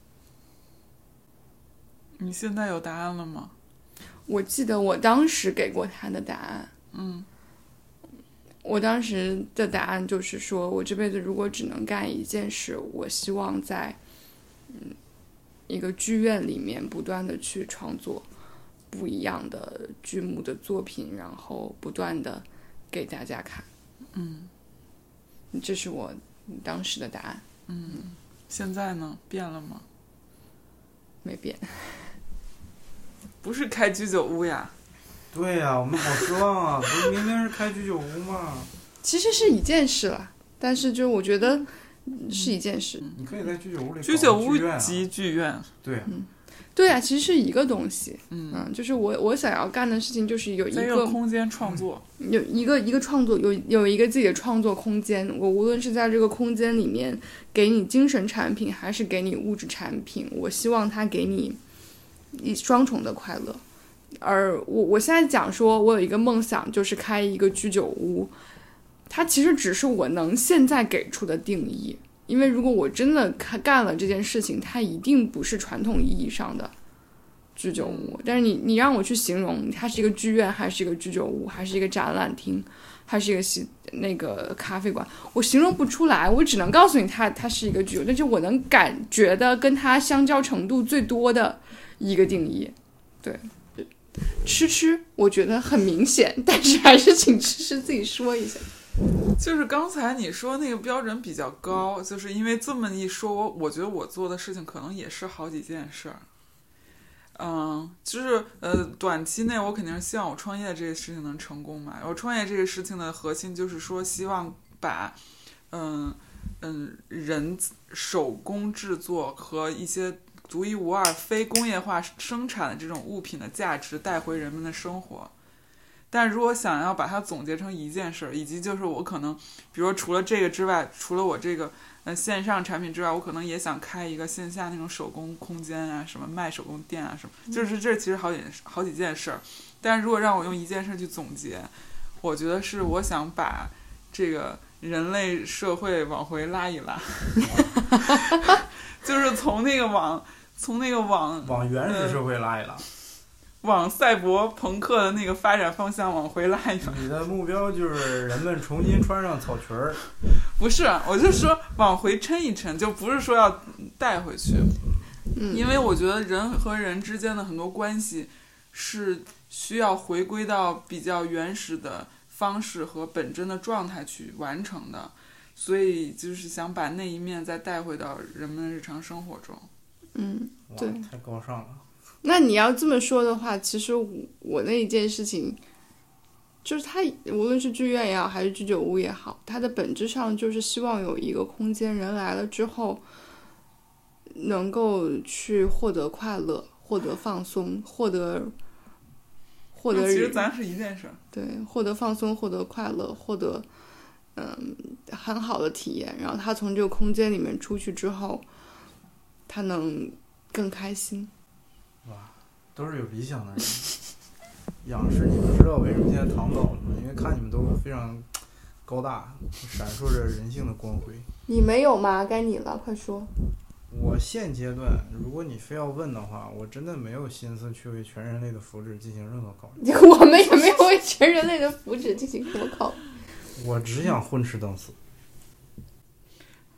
你现在有答案了吗？ 我记得我当时给过他的答案， 嗯， 我当时的答案就是说，我这辈子如果只能干一件事，我希望在嗯一个剧院里面不断的去创作不一样的剧目的作品，然后不断的给大家看。 嗯， 这是我当时的答案。 嗯，现在呢？变了吗？ 没变。 不是开居酒屋呀？ 对呀、啊，我们好失望啊！不是明明是开居酒屋吗？ 其实是一件事了，但是就我觉得是一件事。 嗯、你可以在居酒屋里、啊。 居酒屋及剧院。 对。 嗯，对啊，其实是一个东西。 嗯, 嗯就是我我想要干的事情就是有一个在一个空间创作， 有一个一个创作，有有一个自己的创作空间。我无论是在这个空间里面给你精神产品，还是给你物质产品，我希望它给你一双重的快乐。而我我现在讲说我有一个梦想，就是开一个居酒屋，它其实只是我能现在给出的定义。因为如果我真的干了这件事情，它一定不是传统意义上的居酒屋。但是你你让我去形容它是一个剧院，还是一个居酒屋，还是一个展览厅，还是一个西那个咖啡馆，我形容不出来。我只能告诉你它它是一个居酒屋，但是我能感觉的跟它相交程度最多的一个定义。对，吃吃我觉得很明显，但是还是请吃吃自己说一下。 就是刚才你说那个标准比较高，就是因为这么一说，我我觉得我做的事情可能也是好几件事儿。嗯，就是呃，短期内我肯定是希望我创业这个事情能成功嘛。我创业这个事情的核心就是说，希望把嗯嗯人手工制作和一些独一无二、非工业化生产的这种物品的价值带回人们的生活。但如果想要把它总结成一件事，以及就是我可能比如说除了这个之外，除了我这个呃线上产品之外，我可能也想开一个线下那种手工空间啊，什么卖手工店啊什么，就是这其实好几好几件事。但是如果让我用一件事去总结，我觉得是我想把这个人类社会往回拉一拉就是从那个往从那个往往原始社会拉一拉、呃往赛博朋克的那个发展方向往回拉一拉。 你的目标就是人们重新穿上草裙儿？ 不是，我就说往回抻一抻，就不是说要带回去。 嗯， 因为我觉得人和人之间的很多关系是需要回归到比较原始的方式和本真的状态去完成的，所以就是想把那一面再带回到人们的日常生活中。 嗯，对， 太高尚了。 那你要这么说的话，其实我我那一件事情，就是它无论是剧院也好，还是居酒屋也好，它的本质上就是希望有一个空间，人来了之后能够去获得快乐，获得放松，获得获得。 其实咱是一件事。 对，获得放松，获得快乐，获得嗯很好的体验。然后他从这个空间里面出去之后，他能更开心。 哇，都是有理想的人。仰视你们知道为什么现在躺倒了吗？因为看你们都非常高大，闪烁着人性的光辉。 你没有吗？该你了，快说。 我现阶段，如果你非要问的话，我真的没有心思去为全人类的福祉进行任何考虑。 我们也没有为全人类的福祉进行什么考虑。 我只想混吃等死。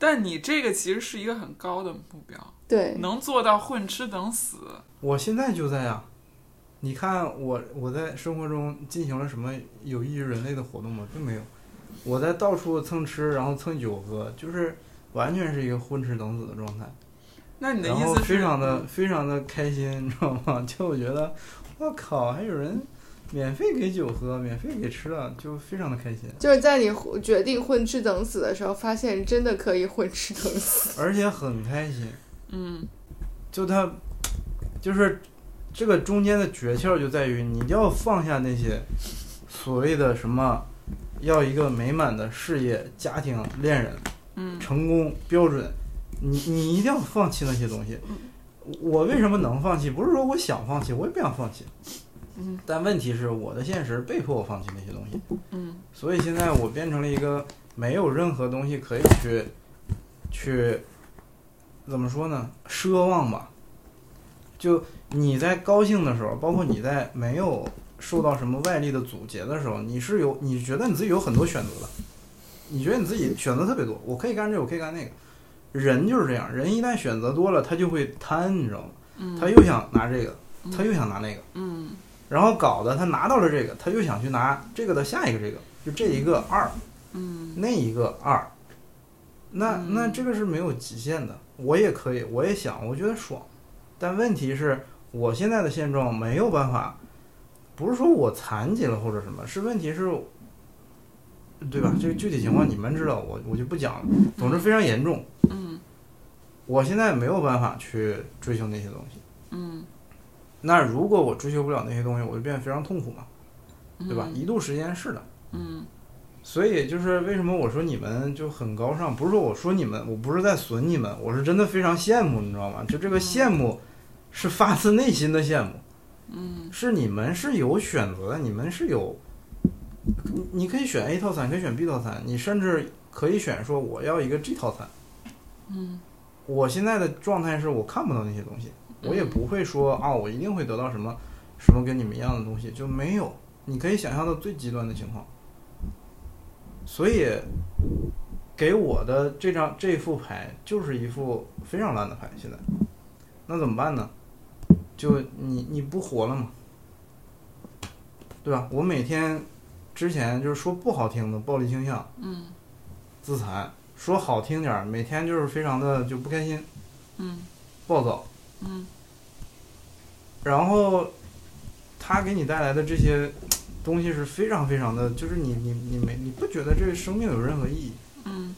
但你这个其实是一个很高的目标， 对， 能做到混吃等死。 我现在就在啊，你看我我在生活中进行了什么有益于人类的活动吗？并没有。我在到处蹭吃，然后蹭酒喝，就是完全是一个混吃等死的状态。 那你的意思是非常的非常的开心，你知道吗？就我觉得，我靠，还有人免费给酒喝，免费给吃了，就非常的开心。 就是在你决定混吃等死的时候，发现真的可以混吃等死， 而且很开心。 嗯， 就他，就是这个中间的诀窍就在于，你一定要放下那些所谓的什么，要一个美满的事业、家庭、恋人、 嗯， 成功标准。你你一定要放弃那些东西。我为什么能放弃？不是说我想放弃，我也不想放弃。 嗯， 但问题是我的现实被迫我放弃那些东西。 嗯， 所以现在我变成了一个没有任何东西可以去去怎么说呢？奢望吧。就你在高兴的时候，包括你在没有受到什么外力的阻截的时候，你是有你觉得你自己有很多选择的，你觉得你自己选择特别多，我可以干这个，我可以干那个。人就是这样，人一旦选择多了，他就会贪，你知道吗？ 嗯， 他又想拿这个，他又想拿那个， 嗯， 然后搞得他拿到了这个，他又想去拿这个的下一个这个，就这一个二， 嗯， 那一个二，那那这个是没有极限的。我也可以，我也想，我觉得爽，但问题是我现在的现状没有办法，不是说我残疾了或者什么，是问题是。对吧？这个具体情况你们知道，我我就不讲了。总之非常严重。 嗯， 我现在没有办法去追求那些东西。 嗯， 那如果我追求不了那些东西，我就变得非常痛苦嘛，对吧？一度时间是的。 嗯， 所以就是为什么我说你们就很高尚，不是说我说你们，我不是在损你们，我是真的非常羡慕，你知道吗？就这个羡慕是发自内心的羡慕。 嗯， 是你们是有选择的，你们是有。你可以选 A 套餐，可以选 B 套餐，你甚至可以选说我要一个 G 套餐。 嗯， 我现在的状态是我看不到那些东西，我也不会说啊，我一定会得到什么什么跟你们一样的东西，就没有。你可以想象到最极端的情况。所以给我的这张这副牌就是一副非常烂的牌，现在那怎么办呢？就你你不活了吗？对吧？我每天之前就是说不好听的暴力倾向， 嗯， 自残，说好听点，每天就是非常的就不开心， 嗯， 暴躁， 嗯， 然后他给你带来的这些东西是非常非常的，就是你你你没你不觉得这个生命有任何意义， 嗯，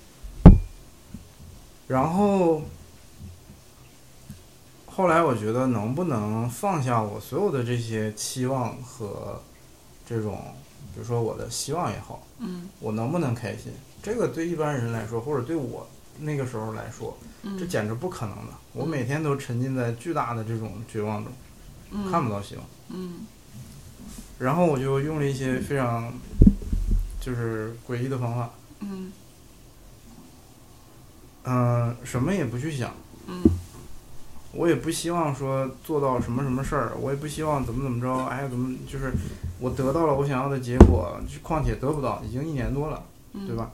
然后后来我觉得能不能放下我所有的这些期望和这种比如说我的希望也好， 嗯， 我能不能开心，这个对一般人来说或者对我那个时候来说，这简直不可能的。我每天都沉浸在巨大的这种绝望中， 嗯， 看不到希望， 嗯， 然后我就用了一些非常就是诡异的方法， 嗯， 嗯、呃，什么也不去想， 嗯， 我也不希望说做到什么什么事儿，我也不希望怎么怎么着，哎，怎么就是我得到了我想要的结果，况且得不到，已经一年多了，对吧？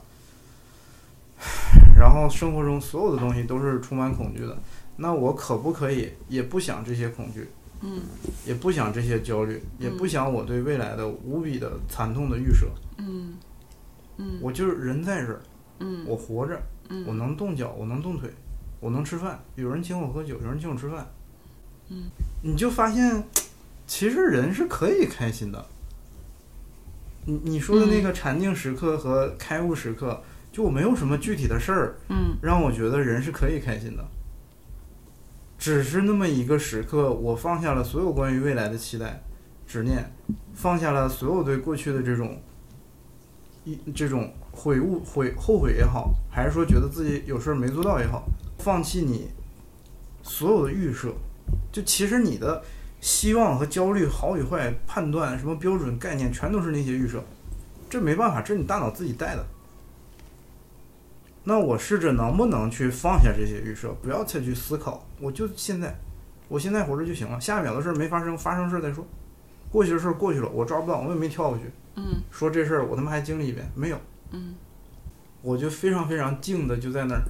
然后生活中所有的东西都是充满恐惧的，那我可不可以也不想这些恐惧， 嗯， 也不想这些焦虑，也不想我对未来的无比的惨痛的预设， 嗯，嗯， 我就是人在这儿， 嗯， 我活着， 嗯， 我能动脚，我能动腿，我能吃饭，有人请我喝酒，有人请我吃饭， 嗯， 你就发现其实人是可以开心的。你你说的那个禅定时刻和开悟时刻，就我没有什么具体的事儿， 嗯， 让我觉得人是可以开心的。只是那么一个时刻，我放下了所有关于未来的期待、执念，放下了所有对过去的这种一这种悔悟、悔后悔也好，还是说觉得自己有事儿没做到也好，放弃你所有的预设，就其实你的希望和焦虑、好与坏、判断什么标准概念，全都是那些预设，这没办法，这是你大脑自己带的。那我试着能不能去放下这些预设，不要再去思考，我就现在，我现在活着就行了，下一秒的事没发生，发生事再说，过去的事过去了，我抓不到，我也没跳过去。 嗯， 说这事儿我他妈还经历一遍没有？ 嗯， 我就非常非常静的就在那儿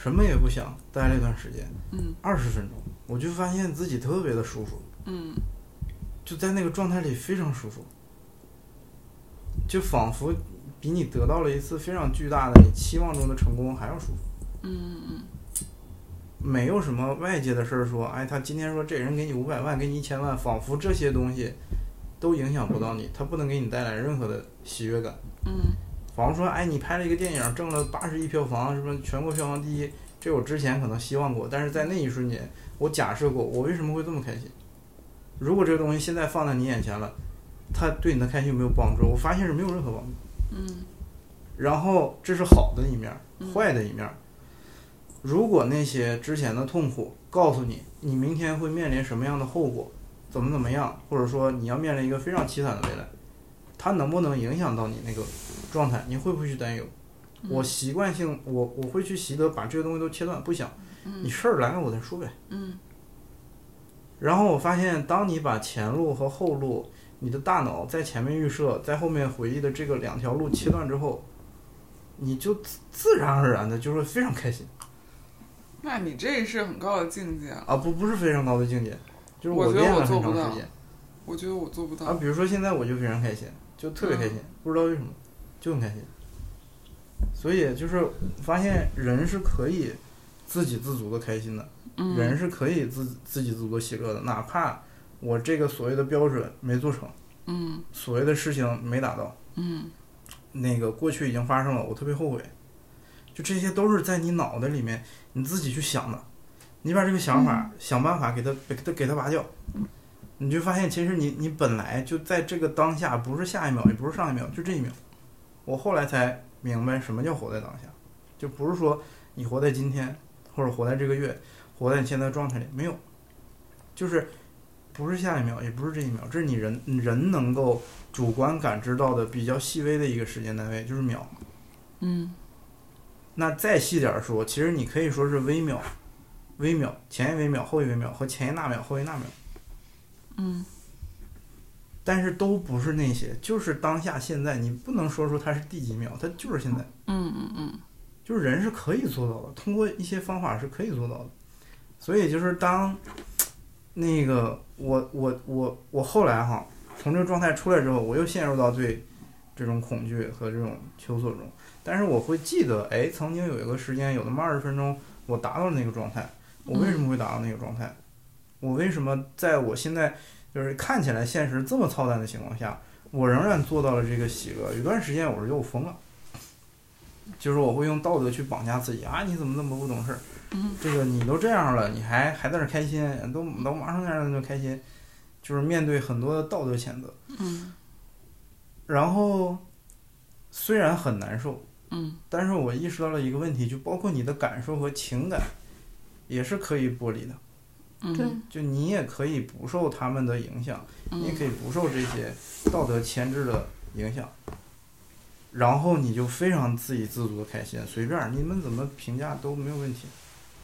什么也不想，待了一段时间， 嗯， 二十分钟，我就发现自己特别的舒服， 嗯， 就在那个状态里非常舒服，就仿佛比你得到了一次非常巨大的你期望中的成功还要舒服， 嗯嗯， 没有什么外界的事儿说，哎，他今天说这人给你五百万，给你一千万，仿佛这些东西都影响不到你，他不能给你带来任何的喜悦感， 嗯。 仿佛说，哎，你拍了一个电影，挣了八十亿票房，什么全国票房第一，这我之前可能希望过，但是在那一瞬间，我假设过，我为什么会这么开心？如果这个东西现在放在你眼前了，它对你的开心有没有帮助？我发现是没有任何帮助。 嗯。 然后这是好的一面，坏的一面。如果那些之前的痛苦告诉你，你明天会面临什么样的后果，怎么怎么样，或者说你要面临一个非常凄惨的未来，它能不能影响到你那个状态？你会不会去担忧？ 嗯、 我习惯性，我我会去习得把这个东西都切断，不想。 嗯、 你事儿来了我再说呗。 嗯。 然后我发现，当你把前路和后路，你的大脑在前面预设，在后面回忆的这个两条路切断之后，你就自自然而然的就会非常开心。 那你这是很高的境界啊！ 啊，不，不是非常高的境界，就是我练了很长时间。 我觉得我做不到。 啊，比如说现在我就非常开心，就特别开心，嗯、不知道为什么，就很开心。所以就是发现人是可以自给自足的开心的， 嗯、 人是可以自自给自足的喜乐的，哪怕我这个所谓的标准没做成， 嗯， 所谓的事情没达到， 嗯， 那个过去已经发生了，我特别后悔。就这些都是在你脑袋里面你自己去想的，你把这个想法、嗯、想办法给它给它给它拔掉，你就发现其实你你本来就在这个当下，不是下一秒也不是上一秒，就这一秒。我后来才明白什么叫活在当下，就不是说你活在今天或者活在这个月，活在你现在的状态里，没有，就是不是下一秒也不是这一秒，这是你人人能够主观感知到的比较细微的一个时间单位，就是秒。 嗯。 那再细点说，其实你可以说是微秒，微秒，前一微秒，后一微秒，和前一纳秒，后一纳秒。 嗯。 但是都不是那些，就是当下现在，你不能说出它是第几秒，它就是现在。 嗯嗯嗯。 就是人是可以做到的，通过一些方法是可以做到的。所以就是当那个我我我我后来哈，从这个状态出来之后，我又陷入到对这种恐惧和这种求索中。但是我会记得，哎，曾经有一个时间，有那么二十分钟，我达到了那个状态。我为什么会达到那个状态？我为什么在我现在就是看起来现实这么操蛋的情况下，我仍然做到了这个喜乐？有段时间我是觉得我疯了，就是我会用道德去绑架自己啊！你怎么那么不懂事？这个你都这样了，你还还在那开心，都都马上那样就开心，就是面对很多的道德谴责。 嗯。 然后虽然很难受。 嗯， 但是我意识到了一个问题，就包括你的感受和情感，也是可以剥离的。 嗯， 就你也可以不受他们的影响，你也可以不受这些道德牵制的影响，然后你就非常自给自足的开心，随便你们怎么评价都没有问题。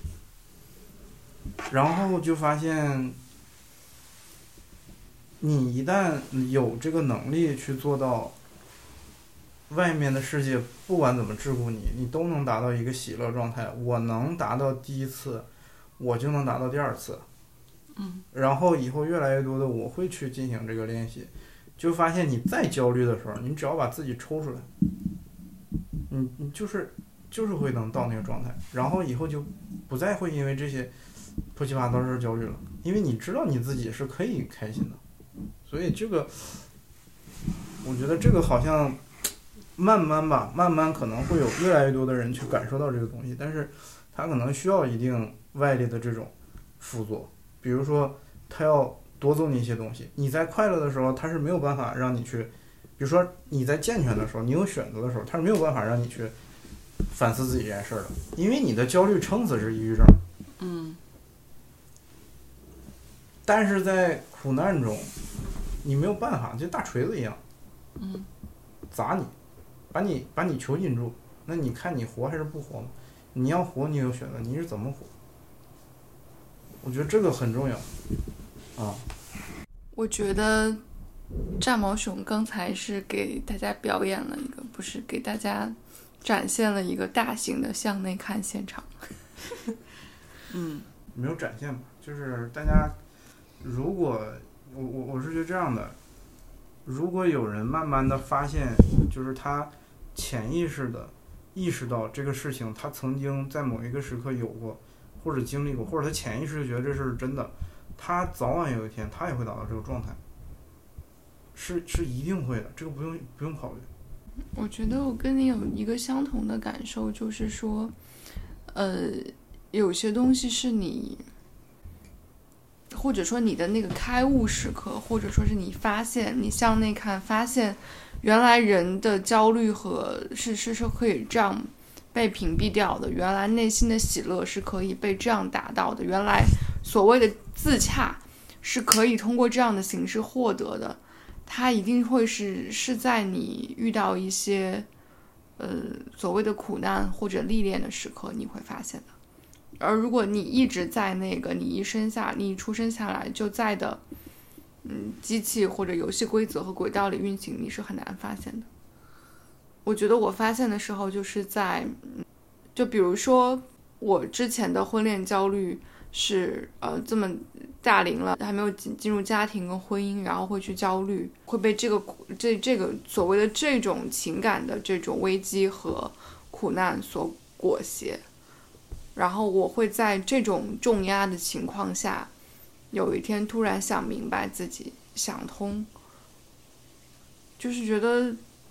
然后就发现，你一旦有这个能力去做到。外面的世界不管怎么桎梏你，你都能达到一个喜乐状态。我能达到第一次，我就能达到第二次。 嗯。 然后以后越来越多的我会去进行这个练习，就发现你再焦虑的时候，你只要把自己抽出来，你你就是就是会能到那个状态，然后以后就不再会因为这些乱七八糟的事焦虑了，因为你知道你自己是可以开心的。所以这个，我觉得这个好像。慢慢吧，慢慢可能会有越来越多的人去感受到这个东西，但是他可能需要一定外力的这种辅佐，比如说他要夺走你一些东西。你在快乐的时候，他是没有办法让你去，比如说你在健全的时候，你有选择的时候，他是没有办法让你去反思自己这件事的，因为你的焦虑撑死是抑郁症。 嗯。 但是在苦难中，你没有办法，就大锤子一样， 嗯， 砸你。把你把你囚禁住，那你看你活还是不活吗？你要活，你有选择，你是怎么活？我觉得这个很重要啊。 我觉得战毛熊刚才是给大家表演了一个，不是给大家展现了一个大型的向内看现场。 嗯， 没有展现吧，就是大家如果我我我是觉得这样的，如果有人慢慢的发现，就是他潜意识的意识到这个事情他曾经在某一个时刻有过或者经历过，或者他潜意识就觉得这是真的，他早晚有一天他也会达到这个状态，是是一定会的，这个不用不用考虑。 我觉得我跟你有一个相同的感受，就是说呃有些东西是你或者说你的那个开悟时刻，或者说是你发现你向内看发现原来人的焦虑和是是是可以这样被屏蔽掉的，原来内心的喜乐是可以被这样达到的，原来所谓的自洽是可以通过这样的形式获得的，它一定会是是在你遇到一些呃所谓的苦难或者历练的时刻你会发现的。而如果你一直在那个你一生下你一出生下来就在的嗯机器或者游戏规则和轨道里运行，你是很难发现的。我觉得我发现的时候就是在就比如说我之前的婚恋焦虑是呃这么大龄了还没有进入家庭跟婚姻，然后会去焦虑，会被这个这这个所谓的这种情感的这种危机和苦难所裹挟，然后我会在这种重压的情况下有一天突然想明白自己，想通，就是觉得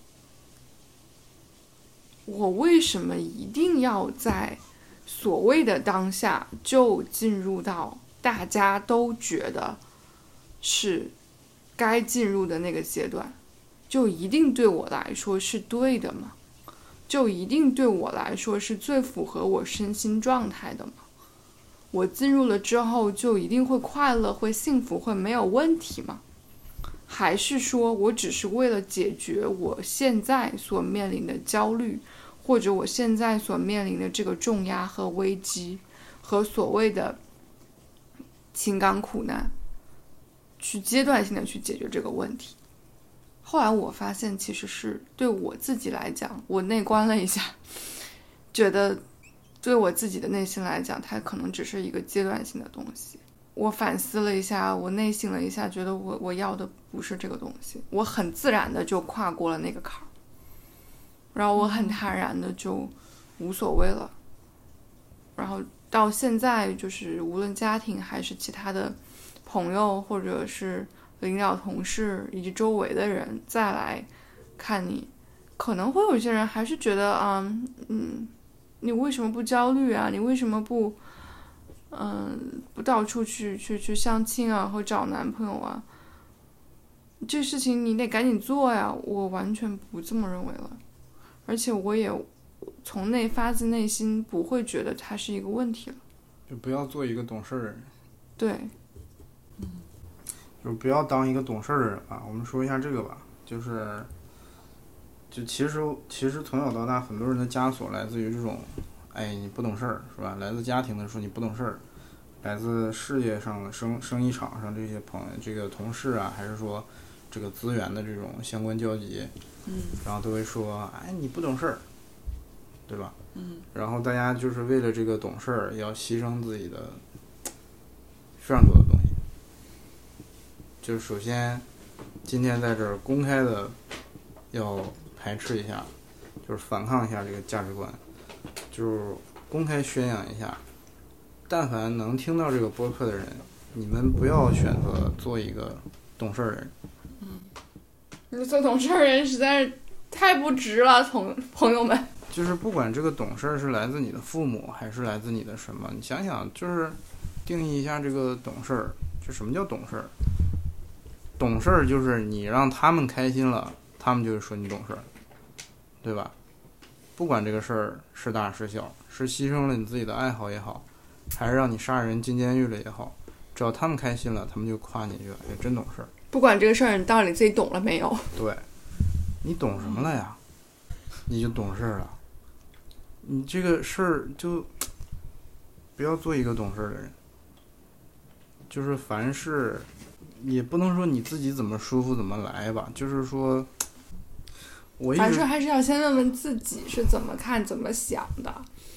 我为什么一定要在所谓的当下就进入到大家都觉得是该进入的那个阶段，就一定对我来说是对的吗？就一定对我来说是最符合我身心状态的吗？我进入了之后就一定会快乐会幸福会没有问题吗？还是说我只是为了解决我现在所面临的焦虑，或者我现在所面临的这个重压和危机和所谓的情感苦难，去阶段性的去解决这个问题。后来我发现其实是对我自己来讲，我内观了一下，觉得对我自己的内心来讲它可能只是一个阶段性的东西。我反思了一下，我内省了一下，觉得我我要的不是这个东西，我很自然的就跨过了那个坎儿，然后我很坦然的就无所谓了。然后到现在就是无论家庭还是其他的朋友或者是领导同事以及周围的人再来看你，可能会有些人还是觉得啊嗯你为什么不焦虑啊，你为什么不嗯不到处去去去相亲啊或找男朋友啊，这事情你得赶紧做呀。我完全不这么认为了，而且我也从内发自内心不会觉得它是一个问题了。 就不要做一个懂事的人。 对， 嗯，就是不要当一个懂事的人吧。我们说一下这个吧，就是就其实其实从小到大很多人的枷锁来自于这种哎你不懂事儿是吧，来自家庭的说你不懂事儿，来自事业上的生生意场上这些朋友这个同事啊，还是说这个资源的这种相关交集， 嗯， 然后都会说哎你不懂事儿，对吧？ 嗯， 然后大家就是为了这个懂事儿要牺牲自己的非常多的东西。就是首先今天在这儿公开的要排斥一下，就是反抗一下这个价值观，就是公开宣扬一下，但凡能听到这个播客的人，你们不要选择做一个懂事儿的人。 嗯，你做懂事儿的人实在是太不值了，朋朋友们。 就是不管这个懂事儿是来自你的父母还是来自你的什么，你想想，就是定义一下这个懂事儿，就什么叫懂事儿？懂事儿就是你让他们开心了，他们就会说你懂事儿，对吧？不管这个事儿是大是小，是牺牲了你自己的爱好也好，还是让你杀人进监狱了也好，只要他们开心了，他们就夸你一句哎真懂事儿。 不管这个事儿你到底自己懂了没有。 对，你懂什么了呀？你就懂事儿了。你这个事儿就不要做一个懂事的人，就是凡事也不能说你自己怎么舒服怎么来吧，就是说我一直凡事还是要先问问自己是怎么看怎么想的。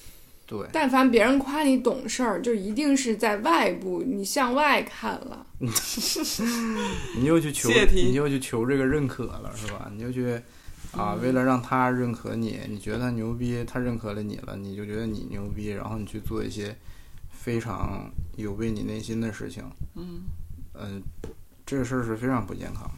对， 但凡别人夸你懂事儿，就一定是在外部，你向外看了， 你又去求，你又去求这个认可了，是吧？你就去啊、嗯，为了让他认可你，你觉得他牛逼，他认可了你了，你就觉得你牛逼，然后你去做一些非常有违你内心的事情。 嗯， 呃，这个事儿是非常不健康。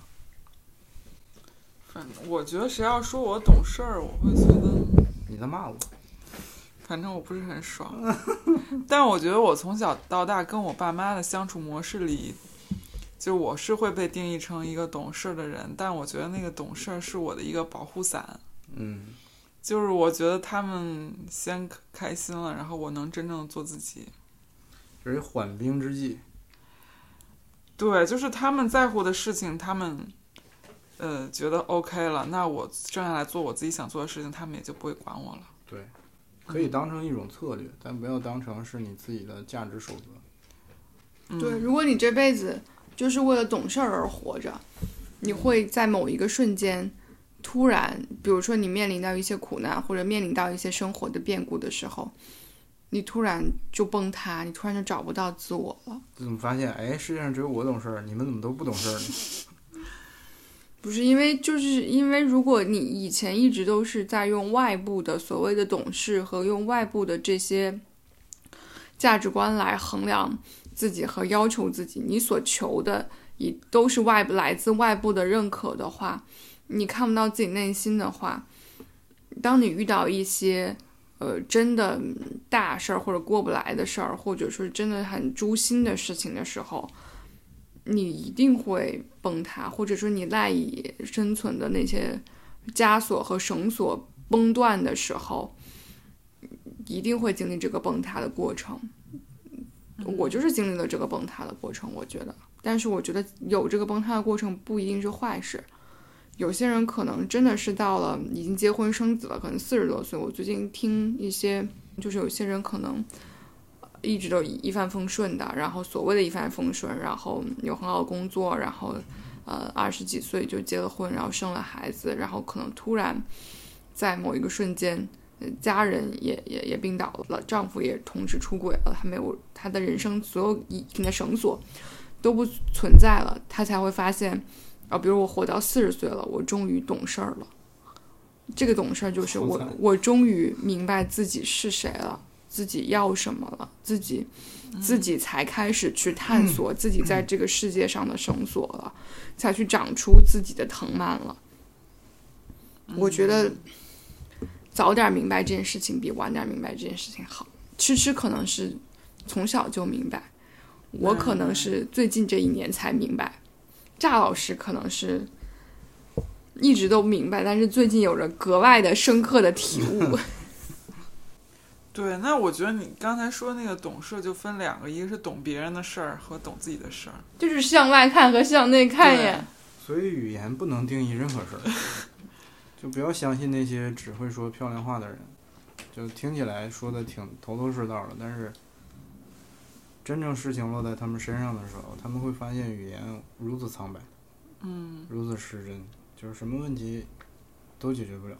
反正我觉得谁要说我懂事儿，我会觉得你在骂我。 反正我不是很爽，但我觉得我从小到大跟我爸妈的相处模式里，就我是会被定义成一个懂事的人，但我觉得那个懂事是我的一个保护伞。 嗯， 就是我觉得他们先开心了，然后我能真正做自己， 这是缓兵之计。 对，就是他们在乎的事情，他们呃觉得 OK 了，那我剩下来做我自己想做的事情，他们也就不会管我了。 对，可以当成一种策略，但不要当成是你自己的价值守则。 嗯、对，如果你这辈子就是为了懂事而活着，你会在某一个瞬间突然，比如说你面临到一些苦难，或者面临到一些生活的变故的时候，你突然就崩塌，你突然就找不到自我了。 怎么发现，哎，世界上只有我懂事，你们怎么都不懂事呢？ 不是因为，就是因为如果你以前一直都是在用外部的所谓的懂事和用外部的这些价值观来衡量自己和要求自己，你所求的也都是外部来自外部的认可的话，你看不到自己内心的话，当你遇到一些呃真的大事儿或者过不来的事儿，或者说真的很诛心的事情的时候，你一定会崩塌，或者说你赖以生存的那些枷锁和绳索崩断的时候，一定会经历这个崩塌的过程。我就是经历了这个崩塌的过程，我觉得。但是我觉得有这个崩塌的过程不一定是坏事。有些人可能真的是到了已经结婚生子了，可能四十多岁。我最近听一些，就是有些人可能一直都一帆风顺的，然后所谓的一帆风顺，然后有很好的工作，然后呃二十几岁就结了婚，然后生了孩子，然后可能突然在某一个瞬间，家人也也也病倒了，丈夫也同时出轨了，他没有他的人生所有一定的绳索都不存在了，他才会发现啊，比如我活到四十岁了，我终于懂事儿了。这个懂事儿就是我我终于明白自己是谁了，自己要什么了，自己自己才开始去探索自己在这个世界上的绳索了，才去长出自己的藤蔓了。我觉得早点明白这件事情比晚点明白这件事情好。吃吃可能是从小就明白，我可能是最近这一年才明白，炸老师可能是一直都明白，但是最近有着格外的深刻的体悟。 对，那我觉得你刚才说那个懂事就分两个，一个是懂别人的事儿和懂自己的事儿， 就是向外看和向内看呀。 所以语言不能定义任何事儿，就不要相信那些只会说漂亮话的人，就听起来说的挺头头是道的，但是真正事情落在他们身上的时候，他们会发现语言如此苍白， 嗯， 如此失真，就是什么问题都解决不了。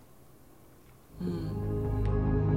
嗯。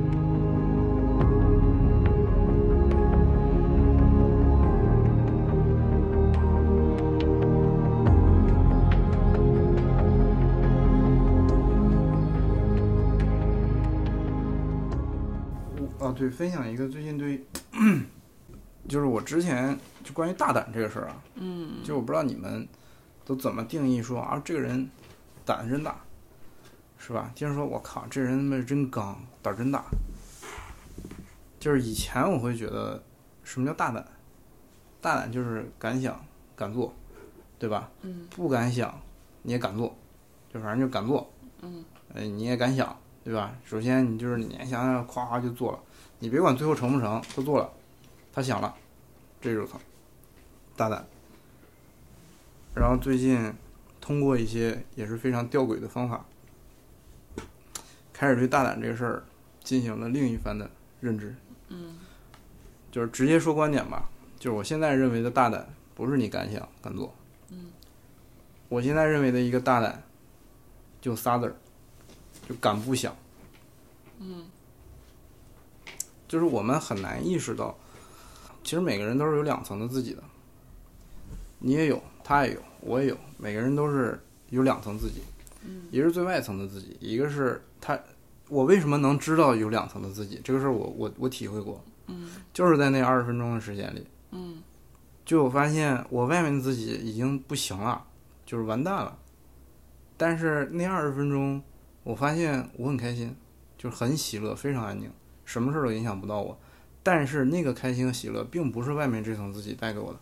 啊，对，分享一个最近对，就是我之前就关于大胆这个事儿啊， 嗯， 就我不知道你们都怎么定义说啊，这个人胆真大，是吧？经常说我靠，这人他妈真刚，胆真大。就是以前我会觉得，什么叫大胆？大胆就是敢想敢做，对吧？ 嗯， 不敢想你也敢做，就反正就敢做。 嗯， 呃，你也敢想，对吧？首先你就是你想想，夸夸就做了。你别管最后成不成，都做了，他想了，这就是他大胆。然后最近通过一些也是非常吊诡的方法，开始对大胆这个事儿进行了另一番的认知。 嗯， 就是直接说观点吧，就是我现在认为的大胆，不是你敢想敢做。 嗯， 我现在认为的一个大胆，就仨字儿，就敢不想。 嗯。 就是我们很难意识到，其实每个人都是有两层的自己的，你也有，他也有，我也有，每个人都是有两层自己，一个是最外层的自己，一个是他。我为什么能知道有两层的自己？这个事儿我我我体会过， 嗯， 就是在那二十分钟的时间里， 嗯， 就我发现我外面的自己已经不行了，就是完蛋了。但是那二十分钟，我发现我很开心，就是很喜乐，非常安宁，什么事都影响不到我。但是那个开心和喜乐，并不是外面这层自己带给我的，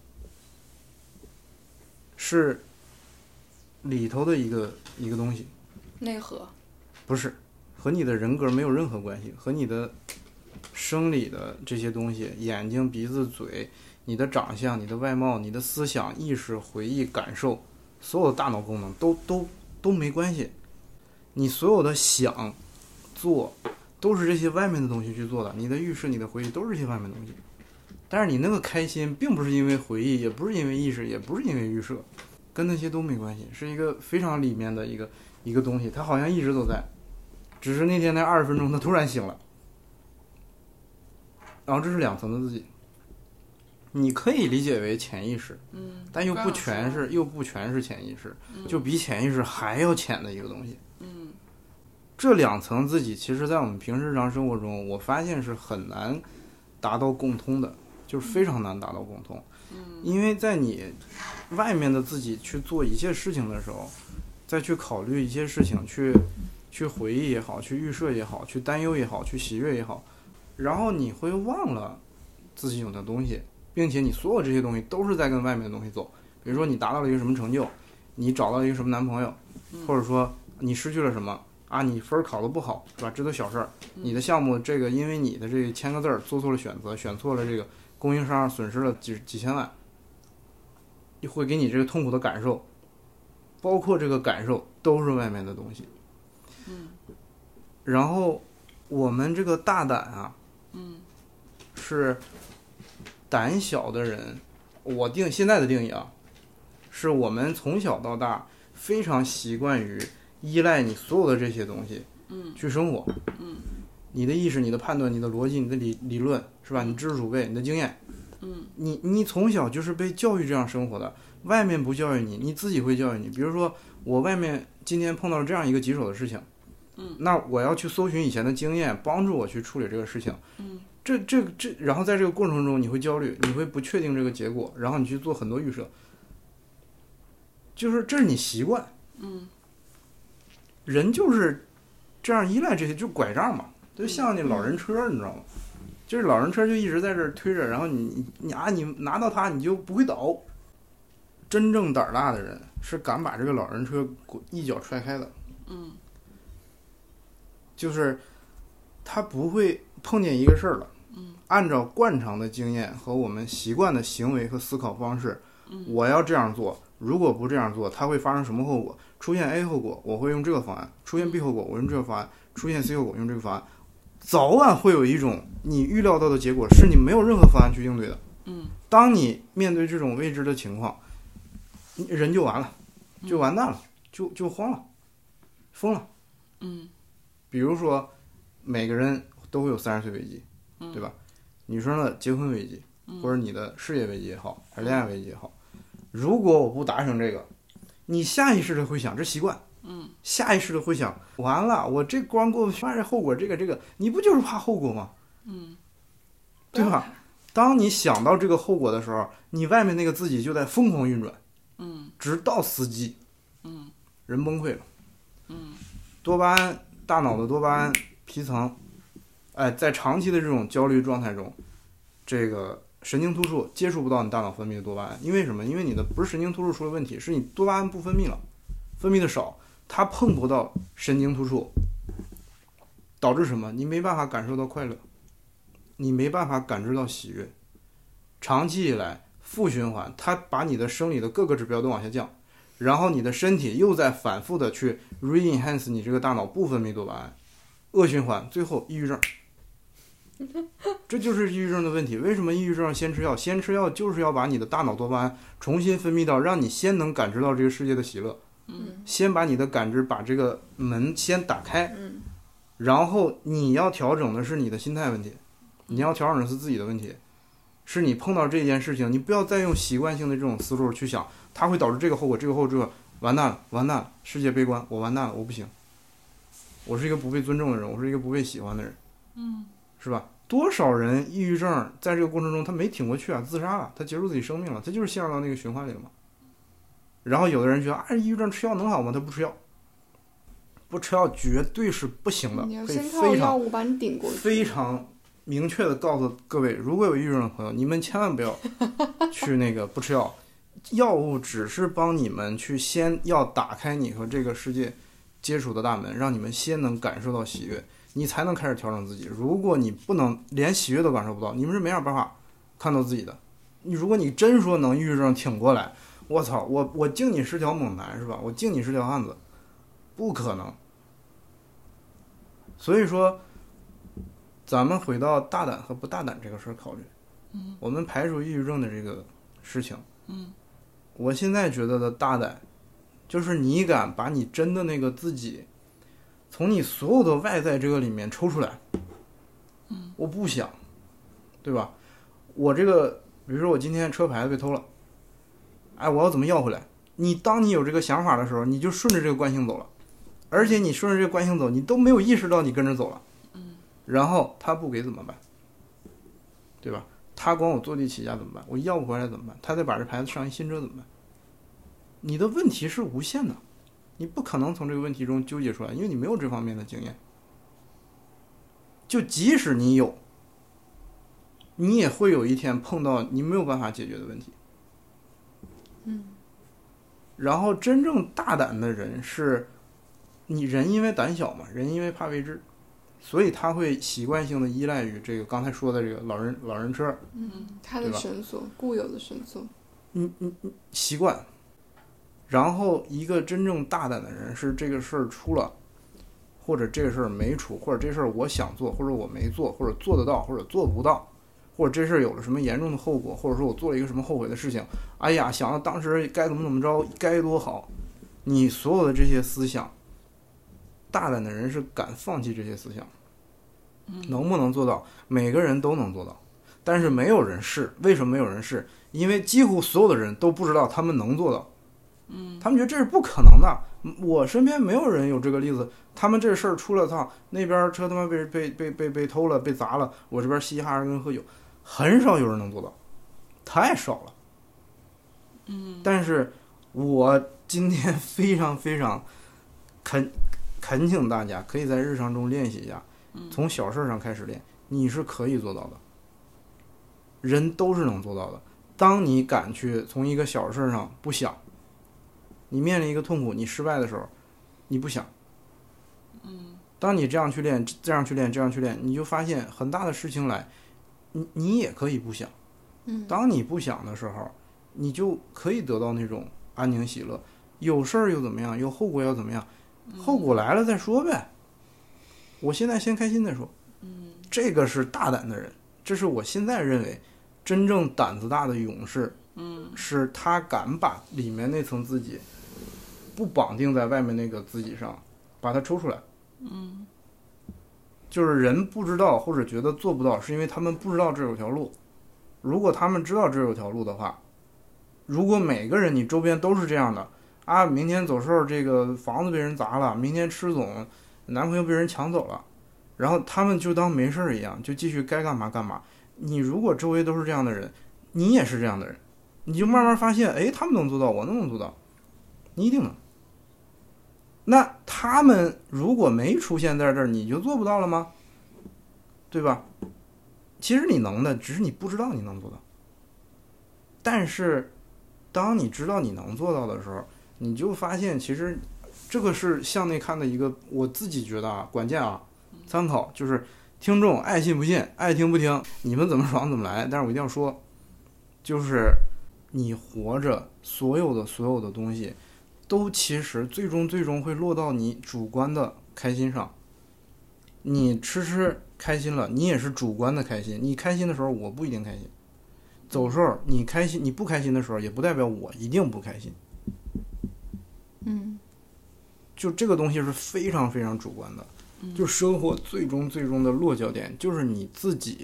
是里头的一个一个东西， 内核， 不是。和你的人格没有任何关系，和你的生理的这些东西，眼睛、鼻子、嘴，你的长相、你的外貌、你的思想、意识、回忆、感受，所有的大脑功能都都都没关系。你所有的想、做，都是这些外面的东西去做的。你的预示、你的回忆，都是这些外面的东西。但是你那个开心，并不是因为回忆，也不是因为意识，也不是因为预设，跟那些都没关系，是一个非常里面的一个一个东西，它好像一直都在。只是那天那二十分钟，他突然醒了，然后这是两层的自己，你可以理解为潜意识， 嗯， 但又不全是，又不全是潜意识， 嗯， 就比潜意识还要浅的一个东西。 嗯， 这两层自己，其实在我们平时日常生活中，我发现是很难达到共通的，就是非常难达到共通。 嗯， 因为在你外面的自己去做一切事情的时候，再去考虑一些事情，去。去回忆也好，去预设也好，去担忧也好，去喜悦也好，然后你会忘了自己有的东西，并且你所有这些东西都是在跟外面的东西走。比如说你达到了一个什么成就，你找到了一个什么男朋友，或者说你失去了什么啊，你分考得不好，是吧？这都小事儿。你的项目这个因为你的这个签个字儿做错了选择，选错了这个供应商，损失了几几千万，会给你这个痛苦的感受，包括这个感受都是外面的东西。 嗯， 然后我们这个大胆啊， 嗯， 是胆小的人，我定现在的定义啊，是我们从小到大非常习惯于依赖你所有的这些东西， 嗯， 去生活， 嗯， 你的意识、你的判断、你的逻辑、你的理理论，是吧？你知识储备、你的经验， 嗯， 你你从小就是被教育这样生活的，外面不教育你，你自己会教育你。比如说，我外面今天碰到了这样一个棘手的事情。 嗯， 那我要去搜寻以前的经验，帮助我去处理这个事情。 嗯， 这这这，然后在这个过程中，你会焦虑，你会不确定这个结果，然后你去做很多预设，就是这是你习惯。 嗯， 人就是这样依赖这些，就拐杖嘛，就像那老人车，你知道吗？就是老人车就一直在这儿推着，然后你你啊，你拿到它你就不会倒。真正胆大的人是敢把这个老人车一脚踹开的。 嗯。 就是他不会碰见一个事儿了， 嗯， 按照惯常的经验和我们习惯的行为和思考方式， 嗯， 我要这样做，如果不这样做，它会发生什么后果？出现 A 后果，我会用这个方案；出现 B 后果，我用这个方案；出现 C 后果，用这个方案。早晚会有一种你预料到的结果，是你没有任何方案去应对的。 嗯， 当你面对这种未知的情况，人就完了，就完蛋了，就就慌了，疯了。 嗯。 比如说，每个人都会有三十岁危机，对吧？女生的结婚危机，或者你的事业危机也好，还是恋爱危机也好，如果我不达成这个，你下意识的会想，这习惯， 嗯， 下意识的会想，完了，我这关过不去，这后果，这个这个，你不就是怕后果吗？ 嗯， 对吧？当你想到这个后果的时候，你外面那个自己就在疯狂运转， 嗯， 直到死机， 嗯， 人崩溃了， 嗯， 多巴胺。大脑的多巴胺皮层，哎，在长期的这种焦虑状态中，这个神经突触接触不到你大脑分泌的多巴胺，因为什么？因为你的不是神经突触出了问题，是你多巴胺不分泌了，分泌的少，它碰不到神经突触，导致什么？你没办法感受到快乐，你没办法感知到喜悦，长期以来负循环，它把你的生理的各个指标都往下降。然后你的身体又在反复的去 re-enhance 你这个大脑不分泌多巴胺，恶循环，最后抑郁症。这就是抑郁症的问题。为什么抑郁症先吃药？先吃药就是要把你的大脑多巴胺重新分泌到，让你先能感知到这个世界的喜乐。 嗯， 先把你的感知，把这个门先打开。 嗯， 然后你要调整的是你的心态问题， 你要调整的是自己的问题，是你碰到这件事情，你不要再用习惯性的这种思路去想，它会导致这个后果，这个后果，这个完蛋了，完蛋了，世界悲观，我完蛋了，我不行，我是一个不被尊重的人，我是一个不被喜欢的人， 嗯， 是吧？多少人抑郁症在这个过程中他没挺过去啊，自杀了，他结束自己生命了，他就是陷入到那个循环里了嘛。然后有的人觉得啊，抑郁症吃药能好吗？他不吃药，不吃药绝对是不行的， 你要可以先靠非常药物把你顶过去。 非常明确的告诉各位，如果有抑郁症的朋友，你们千万不要去那个不吃药，药物只是帮你们去先要打开你和这个世界接触的大门，让你们先能感受到喜悦，你才能开始调整自己。如果你不能连喜悦都感受不到，你们是没啥办法看到自己的。你如果你真说能抑郁症挺过来，我操，我我敬你是条猛男是吧？我敬你是条汉子，不可能。所以说，咱们回到大胆和不大胆这个事儿考虑， 嗯， 我们排除抑郁症的这个事情， 嗯， 我现在觉得的大胆，就是你敢把你真的那个自己，从你所有的外在这个里面抽出来， 嗯， 我不想，对吧？我这个，比如说我今天车牌子被偷了，哎，我要怎么要回来？你当你有这个想法的时候，你就顺着这个惯性走了，而且你顺着这个惯性走，你都没有意识到你跟着走了， 嗯， 然后他不给怎么办？对吧？他管我坐地起价怎么办？我要不回来怎么办？他再把这牌子上一新车怎么办？你的问题是无限的，你不可能从这个问题中纠结出来，因为你没有这方面的经验。就即使你有，你也会有一天碰到你没有办法解决的问题。 嗯。 然后真正大胆的人是，你人因为胆小嘛，人因为怕未知，所以他会习惯性的依赖于这个刚才说的这个老人老人车， 嗯，他的绳索，固有的绳索。 嗯嗯嗯，习惯。然后一个真正大胆的人是这个事儿出了，或者这个事儿没出，或者这事儿我想做，或者我没做，或者做得到，或者做不到，或者这事儿有了什么严重的后果，或者说我做了一个什么后悔的事情，哎呀，想到当时该怎么怎么着，该多好，你所有的这些思想，大胆的人是敢放弃这些思想，能不能做到？每个人都能做到，但是没有人是。为什么没有人是？因为几乎所有的人都不知道他们能做到。 嗯， 他们觉得这是不可能的。我身边没有人有这个例子，他们这事儿出了，操，那边车他妈被被被被被偷了，被砸了，我这边嘻哈跟喝酒，很少有人能做到，太少了。 嗯， 但是我今天非常非常恳恳请大家，可以在日常中练习一下，从小事上开始练，你是可以做到的，人都是能做到的。当你敢去从一个小事上不想，你面临一个痛苦，你失败的时候，你不想。 嗯， 当你这样去练，这样去练，这样去练，你就发现很大的事情来，你你也可以不想。 嗯， 当你不想的时候，你就可以得到那种安宁喜乐。有事儿又怎么样？有后果又怎么样？后果来了再说呗。我现在先开心再说。 嗯， 这个是大胆的人，这是我现在认为真正胆子大的勇士。 嗯， 是他敢把里面那层自己不绑定在外面那个自己上，把它抽出来。 嗯， 就是人不知道或者觉得做不到，是因为他们不知道这有条路。如果他们知道这有条路的话，如果每个人你周边都是这样的啊，明天走时候这个房子被人砸了，明天吃总男朋友被人抢走了，然后他们就当没事一样，就继续该干嘛干嘛。你如果周围都是这样的人，你也是这样的人，你就慢慢发现，哎，他们能做到，我能不能做到？你一定能。那他们如果没出现在这儿，你就做不到了吗？对吧？其实你能的，只是你不知道你能做到。但是当你知道你能做到的时候，你就发现其实这个是向内看的一个，我自己觉得啊，关键啊，参考就是听众爱信不信，爱听不听，你们怎么爽怎么来。但是我一定要说，就是你活着所有的所有的东西都其实最终最终会落到你主观的开心上。你吃吃开心了，你也是主观的开心，你开心的时候我不一定开心，走时候你开心，你不开心的时候也不代表我一定不开心。 嗯， 就这个东西是非常非常主观的，就生活最终最终的落脚点就是你自己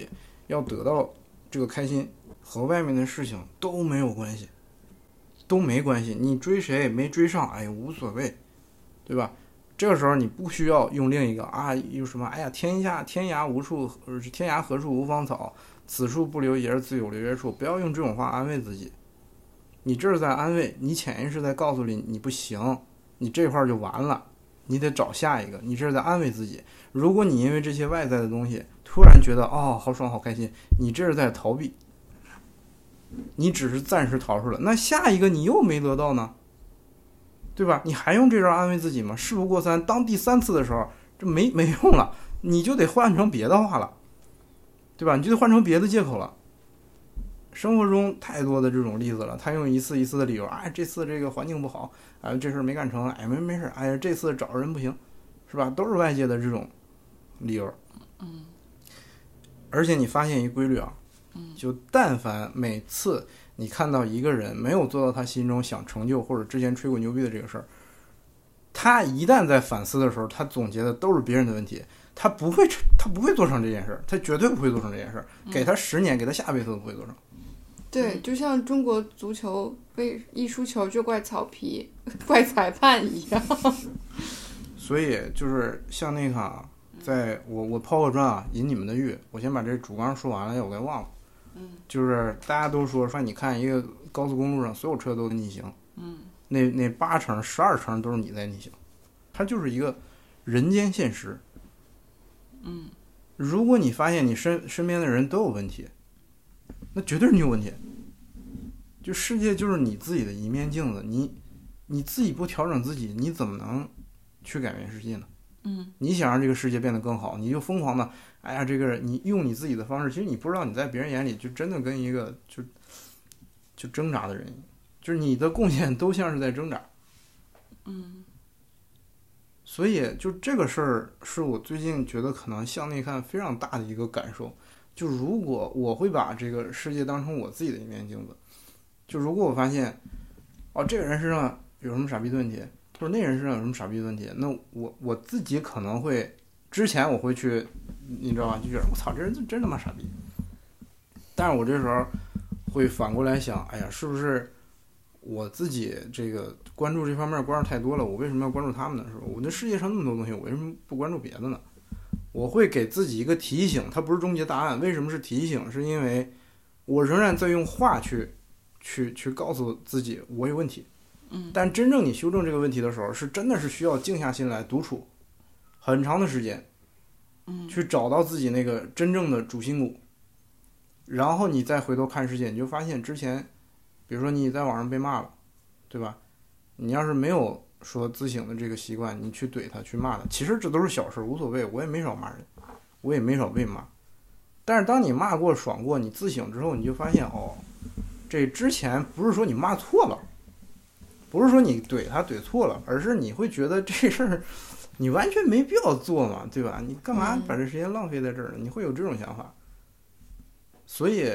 要得到这个开心，和外面的事情都没有关系，都没关系。你追谁没追上，哎，无所谓，对吧？这个时候你不需要用另一个啊，有什么哎呀，天下天涯无处，天涯何处无芳草，此处不留爷自有留爷处。不要用这种话安慰自己，你这是在安慰你，潜意识在告诉你你不行，你这块就完了，你得找下一个。你这是在安慰自己。如果你因为这些外在的东西突然觉得哦好爽好开心，你这是在逃避，你只是暂时逃出了，那下一个你又没得到呢，对吧？你还用这招安慰自己吗？事不过三，当第三次的时候，这没没用了，你就得换成别的话了，对吧？你就得换成别的借口了。生活中太多的这种例子了，他用一次一次的理由，哎，这次这个环境不好，哎，这事没干成，哎，没没事，哎呀，这次找人不行，是吧？都是外界的这种理由。 嗯。 而且你发现一规律啊，就但凡每次你看到一个人没有做到他心中想成就或者之前吹过牛逼的这个事儿，他一旦在反思的时候，他总结的都是别人的问题，他不会他不会做成这件事儿，他绝对不会做成这件事儿。给他十年，给他下辈子都不会做成。 对，就像中国足球被一输球就怪草皮、怪裁判一样。 所以就是像那个啊，在我我抛个砖啊，引你们的欲，我先把这主纲说完了，我该忘了。 嗯， 就是大家都说说，你看一个高速公路上所有车都在逆行， 嗯， 那那八成、十二成都是你在逆行，它就是一个人间现实。 嗯， 如果你发现你身身边的人都有问题，那绝对是你有问题。就世界就是你自己的一面镜子，你你自己不调整自己，你怎么能去改变世界呢？ 嗯， 你想让这个世界变得更好，你就疯狂的，哎呀，这个人你用你自己的方式，其实你不知道你在别人眼里就真的跟一个就就挣扎的人，就是你的贡献都像是在挣扎。 嗯， 所以就这个事儿是我最近觉得可能向内看非常大的一个感受。就如果我会把这个世界当成我自己的一面镜子，就如果我发现哦这个人身上有什么傻逼的问题，或者那人身上有什么傻逼的问题，那我我自己可能会之前我会去，你知道吧，就觉得我操这人真他妈傻逼。但是我这时候会反过来想，哎呀，是不是我自己这个关注这方面关注太多了，我为什么要关注他们呢？是吧？我的世界上那么多东西，我为什么不关注别的呢？我会给自己一个提醒，它不是终结答案。为什么是提醒？是因为我仍然在用话去去去告诉自己我有问题。 嗯， 但真正你修正这个问题的时候，是真的是需要静下心来独处很长的时间， 嗯， 去找到自己那个真正的主心骨，然后你再回头看世界，你就发现之前比如说你在网上被骂了，对吧？你要是没有说自省的这个习惯，你去怼他去骂他，其实这都是小事无所谓，我也没少骂人，我也没少被骂。但是当你骂过爽过，你自省之后，你就发现哦，这之前不是说你骂错了，不是说你怼他怼错了，而是你会觉得这事儿你完全没必要做嘛，对吧？你干嘛把这时间浪费在这儿呢？你会有这种想法。所以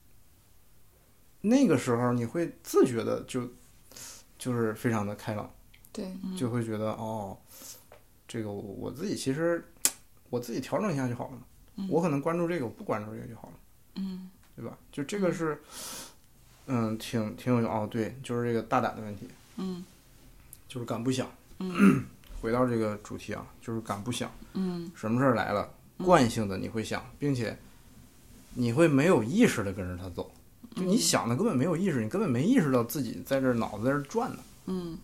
那个时候你会自觉的就就是非常的开朗， 对， 就会觉得哦，这个我自己其实我自己调整一下就好了嘛， 嗯， 我可能关注这个，我不关注这个就好了， 嗯， 对吧？就这个是嗯挺挺有哦，对，就是这个大胆的问题， 嗯， 就是敢不想， 嗯， 回到这个主题啊，就是敢不想， 嗯， 什么事儿来了，惯性的你会想，并且你会没有意识的跟着他走。就你想的根本没有意识，你根本没意识到自己在这儿脑子在这儿转呢。 嗯。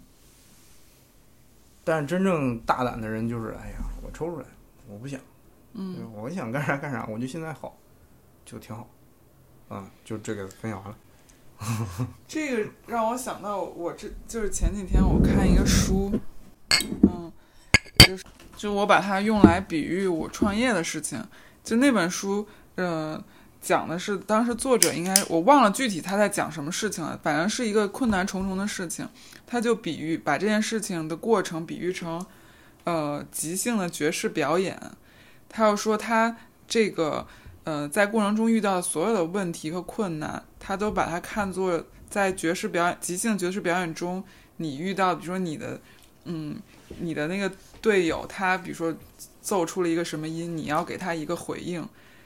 但真正大胆的人就是，哎呀，我抽出来，我不想， 嗯， 我想干啥干啥，我就现在好，就挺好，啊、嗯，就这个分享完了。 这个让我想到，我这就是前几天我看一个书，嗯，就是就我把它用来比喻我创业的事情，就那本书，呃。讲的是当时作者应该我忘了具体他在讲什么事情了，反正是一个困难重重的事情，他就比喻把这件事情的过程比喻成呃即兴的爵士表演。他要说他这个呃在过程中遇到的所有的问题和困难，他都把它看作在爵士表演即兴爵士表演中你遇到比如说你的嗯你的那个队友他比如说奏出了一个什么音，你要给他一个回应。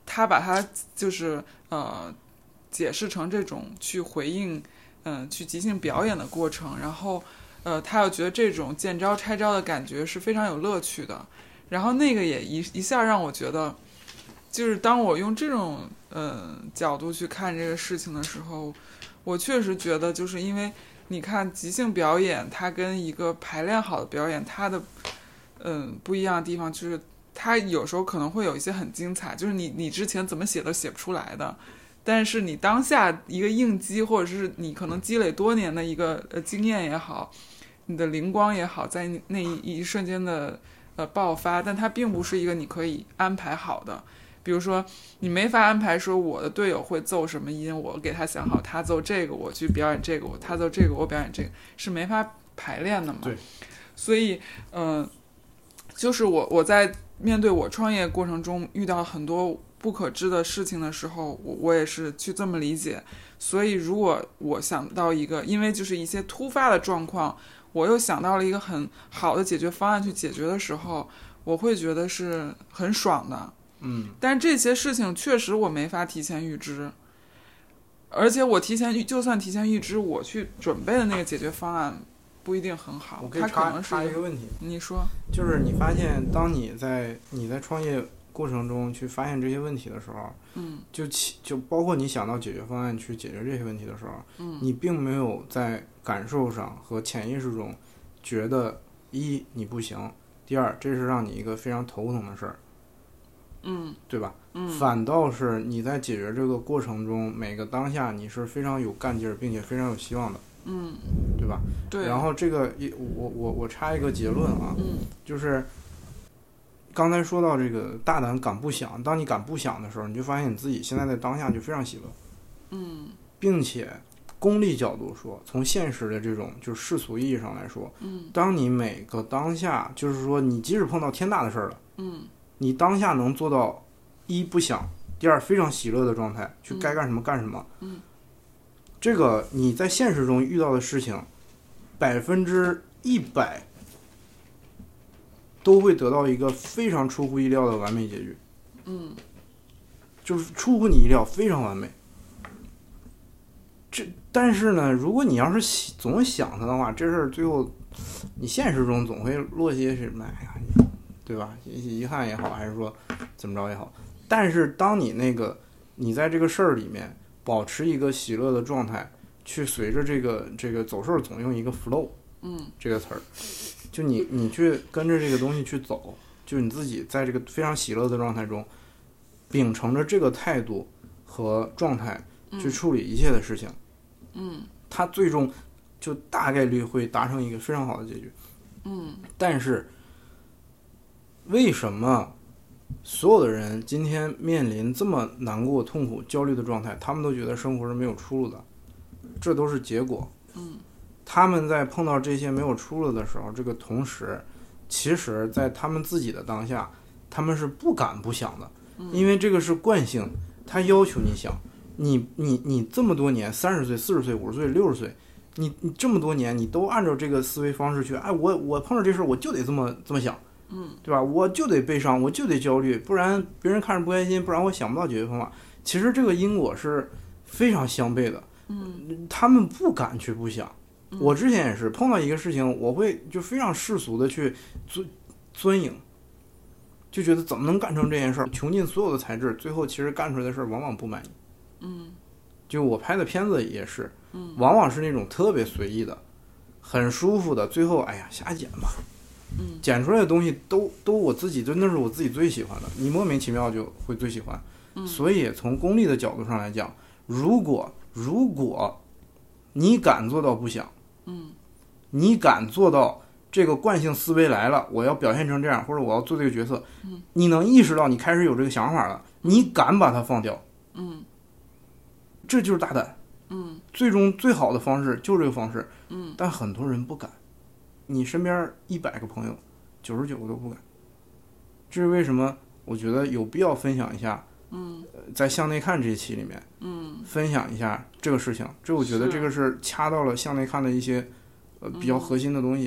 他把它就是呃解释成这种去回应嗯、呃、去即兴表演的过程，然后呃他又觉得这种见招拆招的感觉是非常有乐趣的，然后那个也一一下让我觉得，就是当我用这种呃角度去看这个事情的时候，我确实觉得就是因为你看即兴表演它跟一个排练好的表演它的嗯、呃、不一样的地方就是它有时候可能会有一些很精彩，就是你你之前怎么写都写不出来的，但是你当下一个应激，或者是你可能积累多年的一个呃经验也好，你的灵光也好，在那一一瞬间的呃爆发，但它并不是一个你可以安排好的。比如说你没法安排说我的队友会奏什么音，我给他想好他奏这个我去表演这个，我他奏这个我表演这个，是没法排练的嘛。 对， 所以嗯、呃，就是我我在面对我创业过程中遇到很多不可知的事情的时候，我我也是去这么理解。所以如果我想到一个，因为就是一些突发的状况，我又想到了一个很好的解决方案去解决的时候，我会觉得是很爽的。 嗯， 但这些事情确实我没法提前预知，而且我提前就算提前预知，我去准备的那个解决方案不一定很好。 我可以插它可能是插一个问题， 你说， 就是你发现当你在你在创业过程中去发现这些问题的时候， 嗯， 就起就包括你想到解决方案去解决这些问题的时候， 嗯， 你并没有在感受上和潜意识中觉得一你不行，第二这是让你一个非常头疼的事儿。 嗯， 对吧？ 嗯， 反倒是你在解决这个过程中，每个当下你是非常有干劲儿，并且非常有希望的， 嗯， 对吧？ 对。 然后这个我我我插一个结论啊， 嗯， 就是刚才说到这个大胆敢不想，当你敢不想的时候，你就发现你自己现在在当下就非常喜乐， 嗯， 并且功利角度说，从现实的这种就是世俗意义上来说， 嗯， 当你每个当下，就是说你即使碰到天大的事儿了， 嗯。 你当下能做到一不想，第二非常喜乐的状态，去该干什么干什么。 嗯， 这个你在现实中遇到的事情，百分之一百都会得到一个非常出乎意料的完美结局。 嗯， 就是出乎你意料，非常完美。这但是呢，如果你要是总想它的话，这事儿最后你现实中总会落些什么？哎呀。对吧？遗憾也好，还是说怎么着也好，但是当你那个你在这个事儿里面保持一个喜乐的状态，去随着这个这个走势总用一个 flow， 嗯， 这个词儿，就你你去跟着这个东西去走，就你自己在这个非常喜乐的状态中，秉承着这个态度和状态去处理一切的事情， 嗯， 它最终就大概率会达成一个非常好的结局， 嗯， 但是。为什么所有的人今天面临这么难过、痛苦、焦虑的状态，他们都觉得生活是没有出路的？这都是结果。 嗯， 他们在碰到这些没有出路的时候，这个同时，其实在他们自己的当下，他们是不敢不想的，因为这个是惯性，他要求你想。你你你这么多年，三十岁、四十岁、五十岁、六十岁，你你这么多年，你都按照这个思维方式去，哎，我我碰到这事儿，我就得这么这么想。 嗯， 对吧？我就得悲伤，我就得焦虑，不然别人看着不开心，不然我想不到解决方法。其实这个因果是非常相悖的。 嗯， 他们不敢去不想。我之前也是碰到一个事情，我会就非常世俗的去钻钻营，就觉得怎么能干成这件事儿，穷尽所有的才智，最后其实干出来的事儿往往不满意。 嗯， 就我拍的片子也是， 嗯， 往往是那种特别随意的，很舒服的，最后哎呀瞎剪吧。 嗯， 剪出来的东西都都我自己，就那是我自己最喜欢的，你莫名其妙就会最喜欢。 嗯， 所以从功利的角度上来讲，如果如果你敢做到不想， 嗯， 你敢做到这个惯性思维来了，我要表现成这样，或者我要做这个角色， 嗯， 你能意识到你开始有这个想法了，你敢把它放掉， 嗯， 这就是大胆， 嗯， 最终最好的方式就是这个方式， 嗯， 但很多人不敢。你身边一百个朋友，九十九个都不敢。这是为什么？我觉得有必要分享一下。 嗯， 在向内看这一期里面， 嗯， 分享一下这个事情。这我觉得这个是掐到了向内看的一些呃比较核心的东西。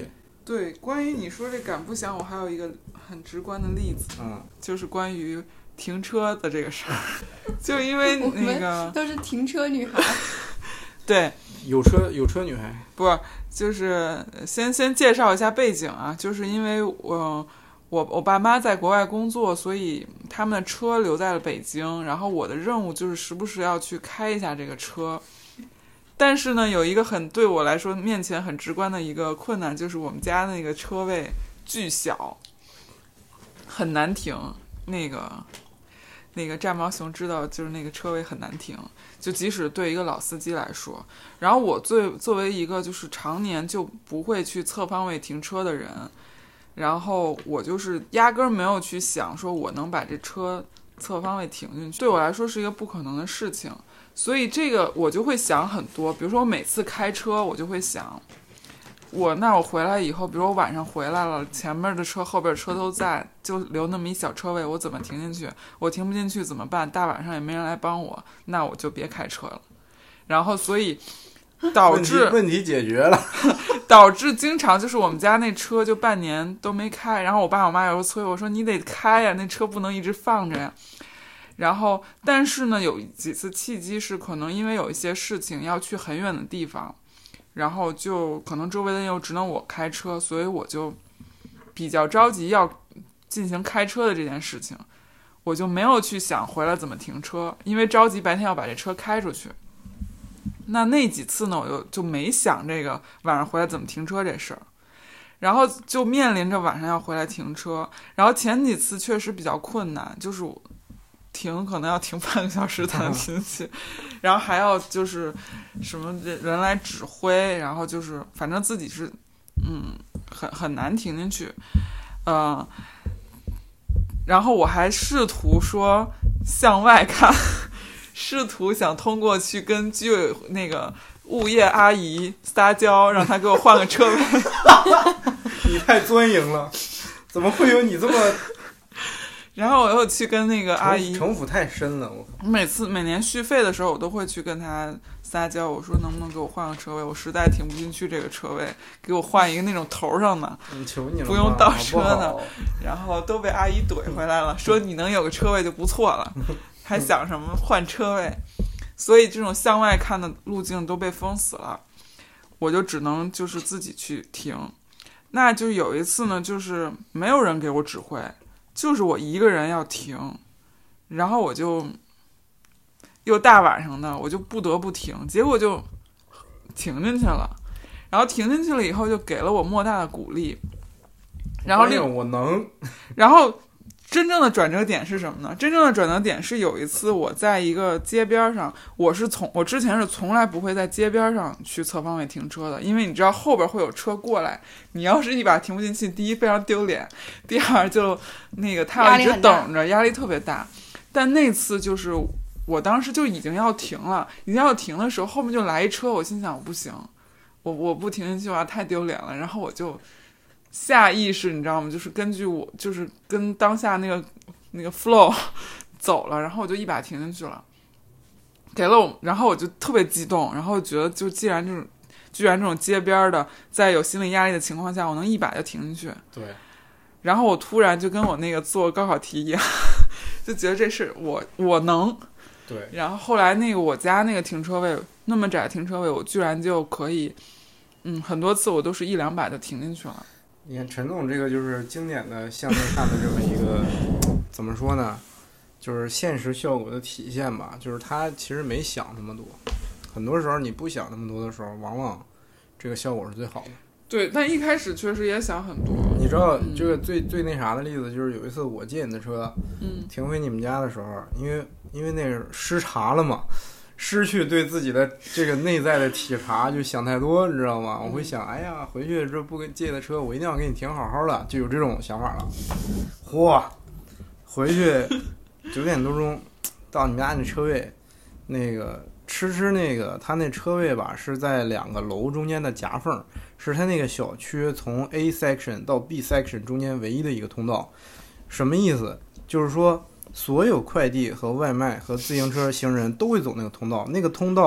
对，关于你说这敢不想，我还有一个很直观的例子， 嗯， 就是关于停车的这个事儿，就因为那个都是停车女孩。 对， 有车有车女孩， 不就是先先介绍一下背景啊，就是因为我我我爸妈在国外工作，所以他们的车留在了北京，然后我的任务就是时不时要去开一下这个车。但是呢，有一个很对我来说面前很直观的一个困难，就是我们家那个车位巨小，很难停。那个那个战毛熊知道，就是那个车位很难停，就即使对一个老司机来说。然后我最作为一个就是常年就不会去侧方位停车的人，然后我就是压根儿没有去想说我能把这车侧方位停进去，对我来说是一个不可能的事情。所以这个我就会想很多，比如说我每次开车我就会想，我那我回来以后，比如我晚上回来了，前面的车后边的车都在，就留那么一小车位，我怎么停进去？我停不进去怎么办？大晚上也没人来帮我，那我就别开车了。然后所以导致问题, 问题解决了， 导致经常就是我们家那车就半年都没开，然后我爸我妈有时候催我说你得开呀，那车不能一直放着呀。然后但是呢，有几次契机是可能因为有一些事情要去很远的地方，然后就可能周围的人又只能我开车，所以我就比较着急要进行开车的这件事情，我就没有去想回来怎么停车，因为着急白天要把这车开出去。那那几次呢，我就就没想这个晚上回来怎么停车这事儿，然后就面临着晚上要回来停车，然后前几次确实比较困难，就是停可能要停半个小时才能停去，然后还要就是什么人来指挥，然后就是反正自己是嗯很很难停进去，呃，然后我还试图说向外看，试图想通过去跟居委那个物业阿姨撒娇，让她给我换个车位。 你太钻营了，怎么会有你这么？ 然后我又去跟那个阿姨， 城府太深了。我每次每年续费的时候，我都会去跟她撒娇，我说能不能给我换个车位，我实在停不进去这个车位，给我换一个那种头上的， 求你了， 不用倒车的。 好好然后都被阿姨怼回来了，说你能有个车位就不错了，还想什么换车位？所以这种向外看的路径都被封死了，我就只能就是自己去停。那就有一次呢，就是没有人给我指挥，就是我一个人要停，然后我就又大晚上的，我就不得不停，结果就停进去了。然后停进去了以后，就给了我莫大的鼓励。然后另我能， 然后真正的转折点是什么呢？真正的转折点是有一次我在一个街边上，我是从我之前是从来不会在街边上去侧方位停车的，因为你知道后边会有车过来，你要是一把停不进去，第一非常丢脸，第二就那个他要一直等着，压力特别大。但那次就是我当时就已经要停了，已经要停的时候，后面就来一车，我心想我不行，我我不停进去啊，太丢脸了。然后我就下意识你知道吗，就是根据我就是跟当下那个那个 flow 走了，然后我就一把停进去了，给了我，然后我就特别激动，然后觉得就既然这种居然这种街边的在有心理压力的情况下，我能一把就停进去， 对， 然后我突然就跟我那个做高考题一样，就觉得这事我我能， 对， 然后后来那个我家那个停车位那么窄停车位，我居然就可以嗯很多次我都是一两把就停进去了。 你看陈总这个就是经典的向内看的这么一个怎么说呢，就是现实效果的体现吧，就是他其实没想那么多，很多时候你不想那么多的时候，往往这个效果是最好的。 对，但一开始确实也想很多。 你知道这个最、嗯、最那啥的例子，就是有一次我借你的车， 嗯， 停回你们家的时候，因为因为那个失察了嘛，失去对自己的这个内在的体察，就想太多，你知道吗？我会想，哎呀，回去这不跟借的车，我一定要给你停好好的，就有这种想法了。嚯，回去九点多钟到你们家那车位，那个吃吃那个他那车位吧，是在两个楼中间的夹缝，是他那个小区从 A section 到 B section 中间唯一的一个通道。什么意思？就是说所有快递和外卖和自行车行人都会走那个通道，那个通道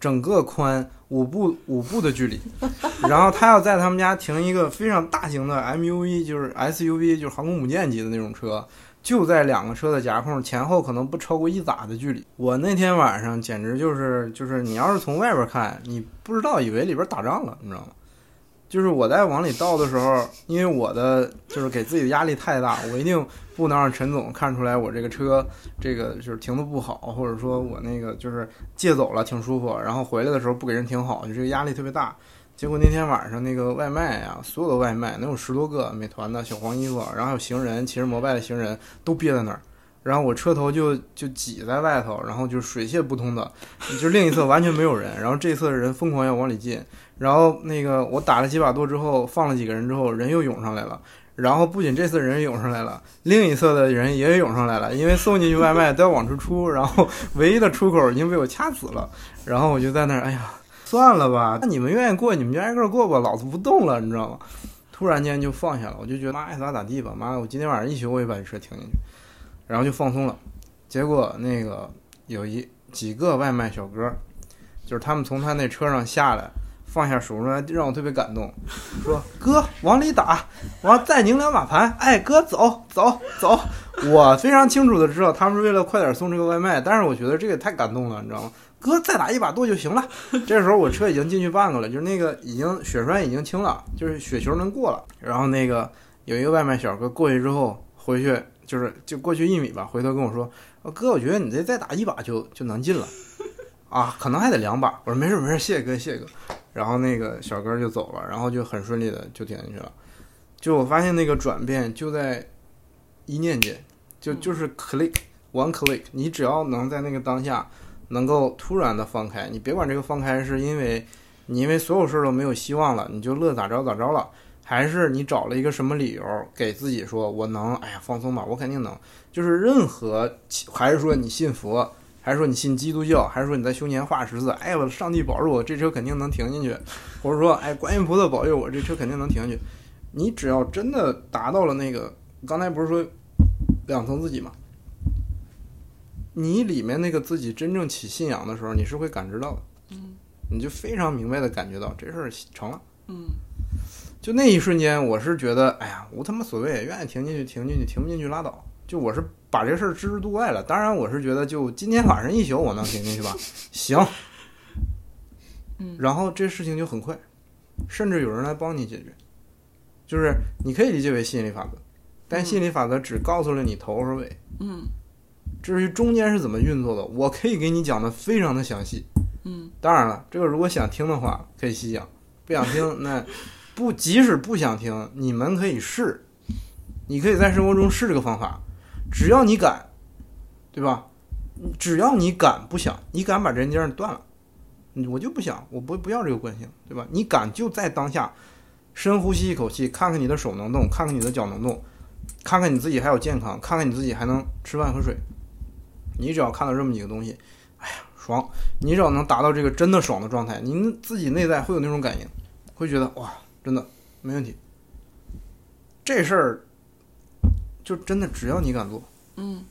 整个宽五步五步的距离，然后他要在他们家停一个非常大型的 M U V， 就是 S U V， 就是航空母舰级的那种车，就在两个车的夹缝前后可能不超过一拃的距离。我那天晚上简直就是就是你要是从外边看，你不知道以为里边打仗了，你知道吗？就是我在往里倒的时候，因为我的就是给自己的压力太大，我一定不能让陈总看出来我这个车这个就是停的不好，或者说我那个就是借走了挺舒服，然后回来的时候不给人停好，就这个压力特别大。结果那天晚上那个外卖啊，所有的外卖能有十多个美团的小黄衣服，然后还有行人骑着摩拜的行人都憋在那儿，然后我车头就就挤在外头，然后就水泄不通的，就另一侧完全没有人，然后这一侧的人疯狂要往里进。然后那个我打了几把舵之后，放了几个人之后，人又涌上来了。然后不仅这次人涌上来了，另一侧的人也涌上来了，因为送进去外卖都要往出出，然后唯一的出口已经被我掐死了。然后我就在那儿，哎呀，算了吧，那你们愿意过你们就挨个过吧，老子不动了，你知道吗？突然间就放下了，我就觉得妈爱咋咋地吧，妈，我今天晚上一宿我也把这车停进去，然后就放松了。结果那个有一几个外卖小哥，就是他们从他那车上下来。放下手上让我特别感动，说哥往里打，完再拧两把盘，哎哥走走走。我非常清楚的知道他们是为了快点送这个外卖，但是我觉得这个太感动了，你知道吗？哥再打一把舵就行了。这时候我车已经进去半个了，就是那个已经血栓已经清了，就是血球能过了。然后那个有一个外卖小哥过去之后回去就是就过去一米吧，回头跟我说，哥我觉得你这再打一把就就能进了啊，可能还得两把。我说没事没事，谢谢哥谢谢哥。然后那个小哥就走了，然后就很顺利的就停进去了。就我发现那个转变就在一念间，就就是 click one click， 你只要能在那个当下能够突然的放开，你别管这个放开是因为你因为所有事都没有希望了，你就乐咋着咋着了，还是你找了一个什么理由给自己说我能，哎呀放松吧，我肯定能。就是任何，还是说你信佛，还是说你信基督教，还是说你在胸前画十字，哎我上帝保佑我这车肯定能停进去，或者说哎观音菩萨保佑我这车肯定能停进去。你只要真的达到了那个，刚才不是说两层自己吗？你里面那个自己真正起信仰的时候，你是会感知到的， 嗯， 你就非常明白的感觉到这事儿成了， 嗯， 就那一瞬间，我是觉得，哎呀，无他妈所谓，愿意停进去停进去，停不进去拉倒。就我是把这事儿置之度外了。当然，我是觉得，就今天晚上一宿我能停进去吧，行， 嗯， 然后这事情就很快，甚至有人来帮你解决。就是你可以理解为吸引力法则，但吸引力法则只告诉了你头和尾， 嗯， 至于中间是怎么运作的，我可以给你讲的非常的详细， 嗯， 当然了，这个如果想听的话可以细讲，不想听那不，即使不想听，你们可以试，你可以在生活中试这个方法，只要你敢，对吧？只要你敢不想，你敢把人家断了，我就不想，我不不要这个惯性，对吧？你敢就在当下深呼吸一口气，看看你的手能动，看看你的脚能动，看看你自己还有健康，看看你自己还能吃饭喝水。你只要看到这么几个东西，哎呀爽！你只要能达到这个真的爽的状态，您自己内在会有那种感应，会觉得哇，真的没问题。这事儿就真的只要你敢做， 嗯，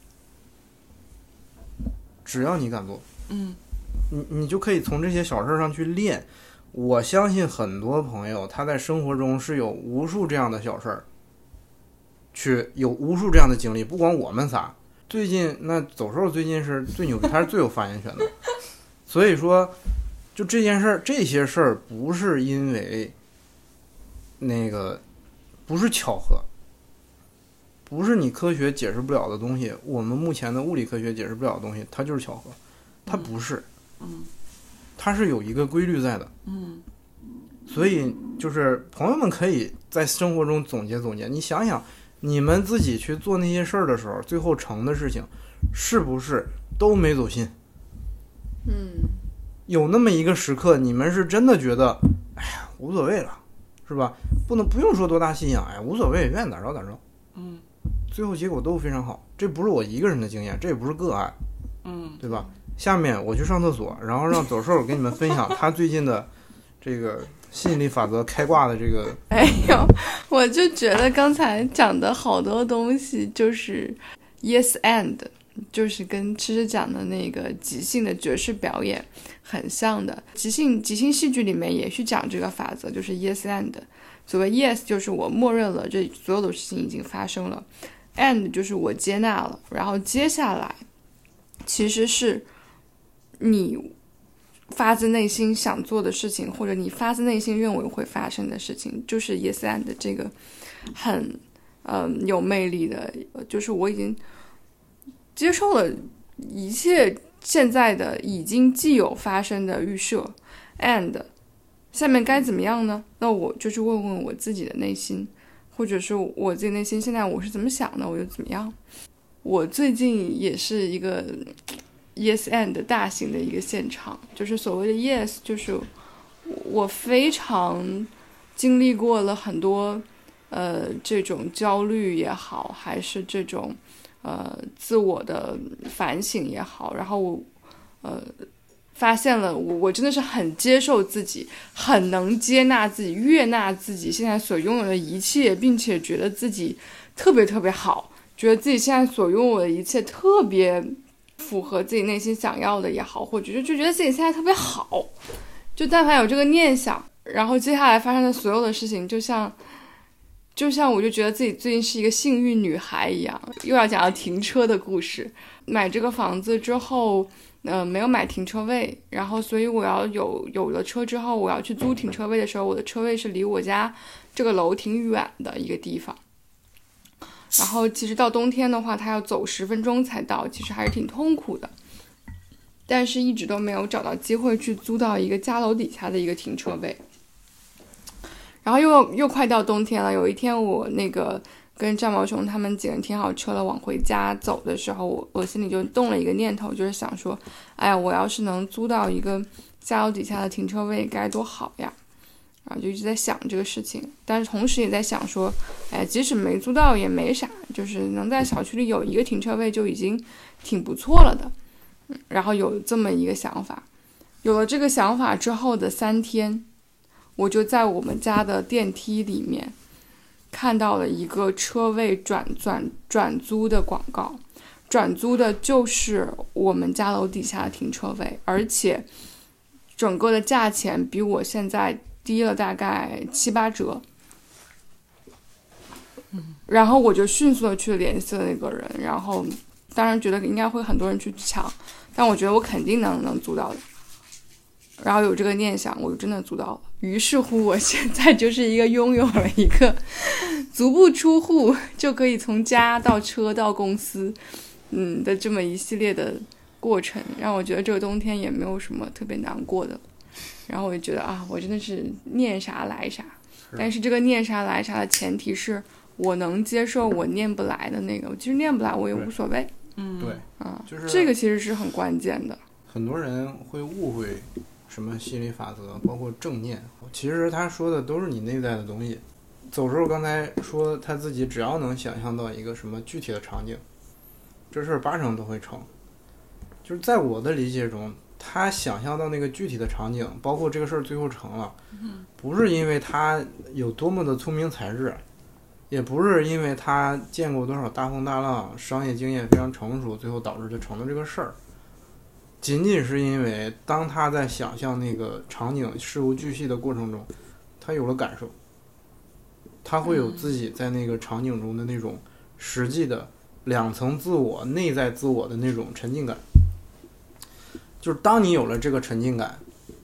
只要你敢做， 嗯， 你你就可以从这些小事上去练。我相信很多朋友他在生活中是有无数这样的小事儿，去有无数这样的经历。不光我们仨，最近那走兽最近是最牛逼，他是最有发言权的。所以说，就这件事儿，这些事儿不是因为那个不是巧合，不是你科学解释不了的东西，我们目前的物理科学解释不了的东西，它就是巧合，它不是， 嗯， 它是有一个规律在的， 嗯， 所以就是朋友们可以在生活中总结总结，你想想你们自己去做那些事儿的时候，最后成的事情是不是都没走心？ 嗯， 有那么一个时刻，你们是真的觉得，哎呀，无所谓了，是吧？不能不用说多大信仰，哎，无所谓，愿意咋着咋着。 嗯， 最后结果都非常好，这不是我一个人的经验，这也不是个案， 嗯， 对吧？下面我去上厕所，然后让走兽给你们分享他最近的这个吸引力法则开挂的这个。 哎呦，我就觉得刚才讲的好多东西就是 yes and， 就是跟吃吃讲的那个即兴的爵士表演很像的。即兴即兴戏剧里面也去讲这个法则，就是 yes and。所谓 yes 就是我默认了这所有的事情已经发生了， and 就是我接纳了，然后接下来其实是你发自内心想做的事情，或者你发自内心认为会发生的事情，就是 yes and 这个很嗯有魅力的，就是我已经接受了一切现在的已经既有发生的预设 and 下面该怎么样呢？那我就去问问我自己的内心，或者是我自己内心现在我是怎么想的，我就怎么样。我最近也是一个 yes and 大型的一个现场，就是所谓的 yes 就是我非常经历过了很多呃这种焦虑也好，还是这种呃自我的反省也好，然后我呃发现了我我真的是很接受自己，很能接纳自己，悦纳自己现在所拥有的一切，并且觉得自己特别特别好，觉得自己现在所拥有的一切特别符合自己内心想要的也好，或者就就觉得自己现在特别好，就但凡有这个念想，然后接下来发生的所有的事情就像就像我就觉得自己最近是一个幸运女孩一样。又要讲到停车的故事，买这个房子之后呃，没有买停车位，然后所以我要有有了车之后，我要去租停车位的时候，我的车位是离我家这个楼挺远的一个地方，然后其实到冬天的话它要走十分钟才到，其实还是挺痛苦的，但是一直都没有找到机会去租到一个家楼底下的一个停车位。然后又又快到冬天了，有一天我那个跟战毛熊他们几个人停好车了，往回家走的时候，我我心里就动了一个念头，就是想说，哎呀，我要是能租到一个家楼底下的停车位该多好呀！然后就一直在想这个事情，但是同时也在想说，哎，即使没租到也没啥，就是能在小区里有一个停车位就已经挺不错了的。然后有这么一个想法，有了这个想法之后的三天，我就在我们家的电梯里面看到了一个车位转转转租的广告，转租的就是我们家楼底下的停车位，而且整个的价钱比我现在低了大概七八折。然后我就迅速的去联系了那个人，然后当然觉得应该会很多人去抢，但我觉得我肯定能能租到的。然后有这个念想，我就真的租到了。于是乎我现在就是一个拥有了一个足不出户就可以从家到车到公司嗯的这么一系列的过程，让我觉得这个冬天也没有什么特别难过的。然后我就觉得啊，我真的是念啥来啥，但是这个念啥来啥的前提是我能接受我念不来的那个，其实念不来我也无所谓。 嗯，对， 啊， 就是这个其实是很关键的。 很多人会误会什么心理法则，包括正念，其实他说的都是你内在的东西。走时候刚才说他自己只要能想象到一个什么具体的场景，这事儿八成都会成。就是在我的理解中，他想象到那个具体的场景，包括这个事儿最后成了，不是因为他有多么的聪明才智，也不是因为他见过多少大风大浪，商业经验非常成熟，最后导致他成了这个事儿。仅仅是因为当他在想象那个场景事无巨细的过程中，他有了感受，他会有自己在那个场景中的那种实际的两层自我、内在自我的那种沉浸感。就是当你有了这个沉浸感，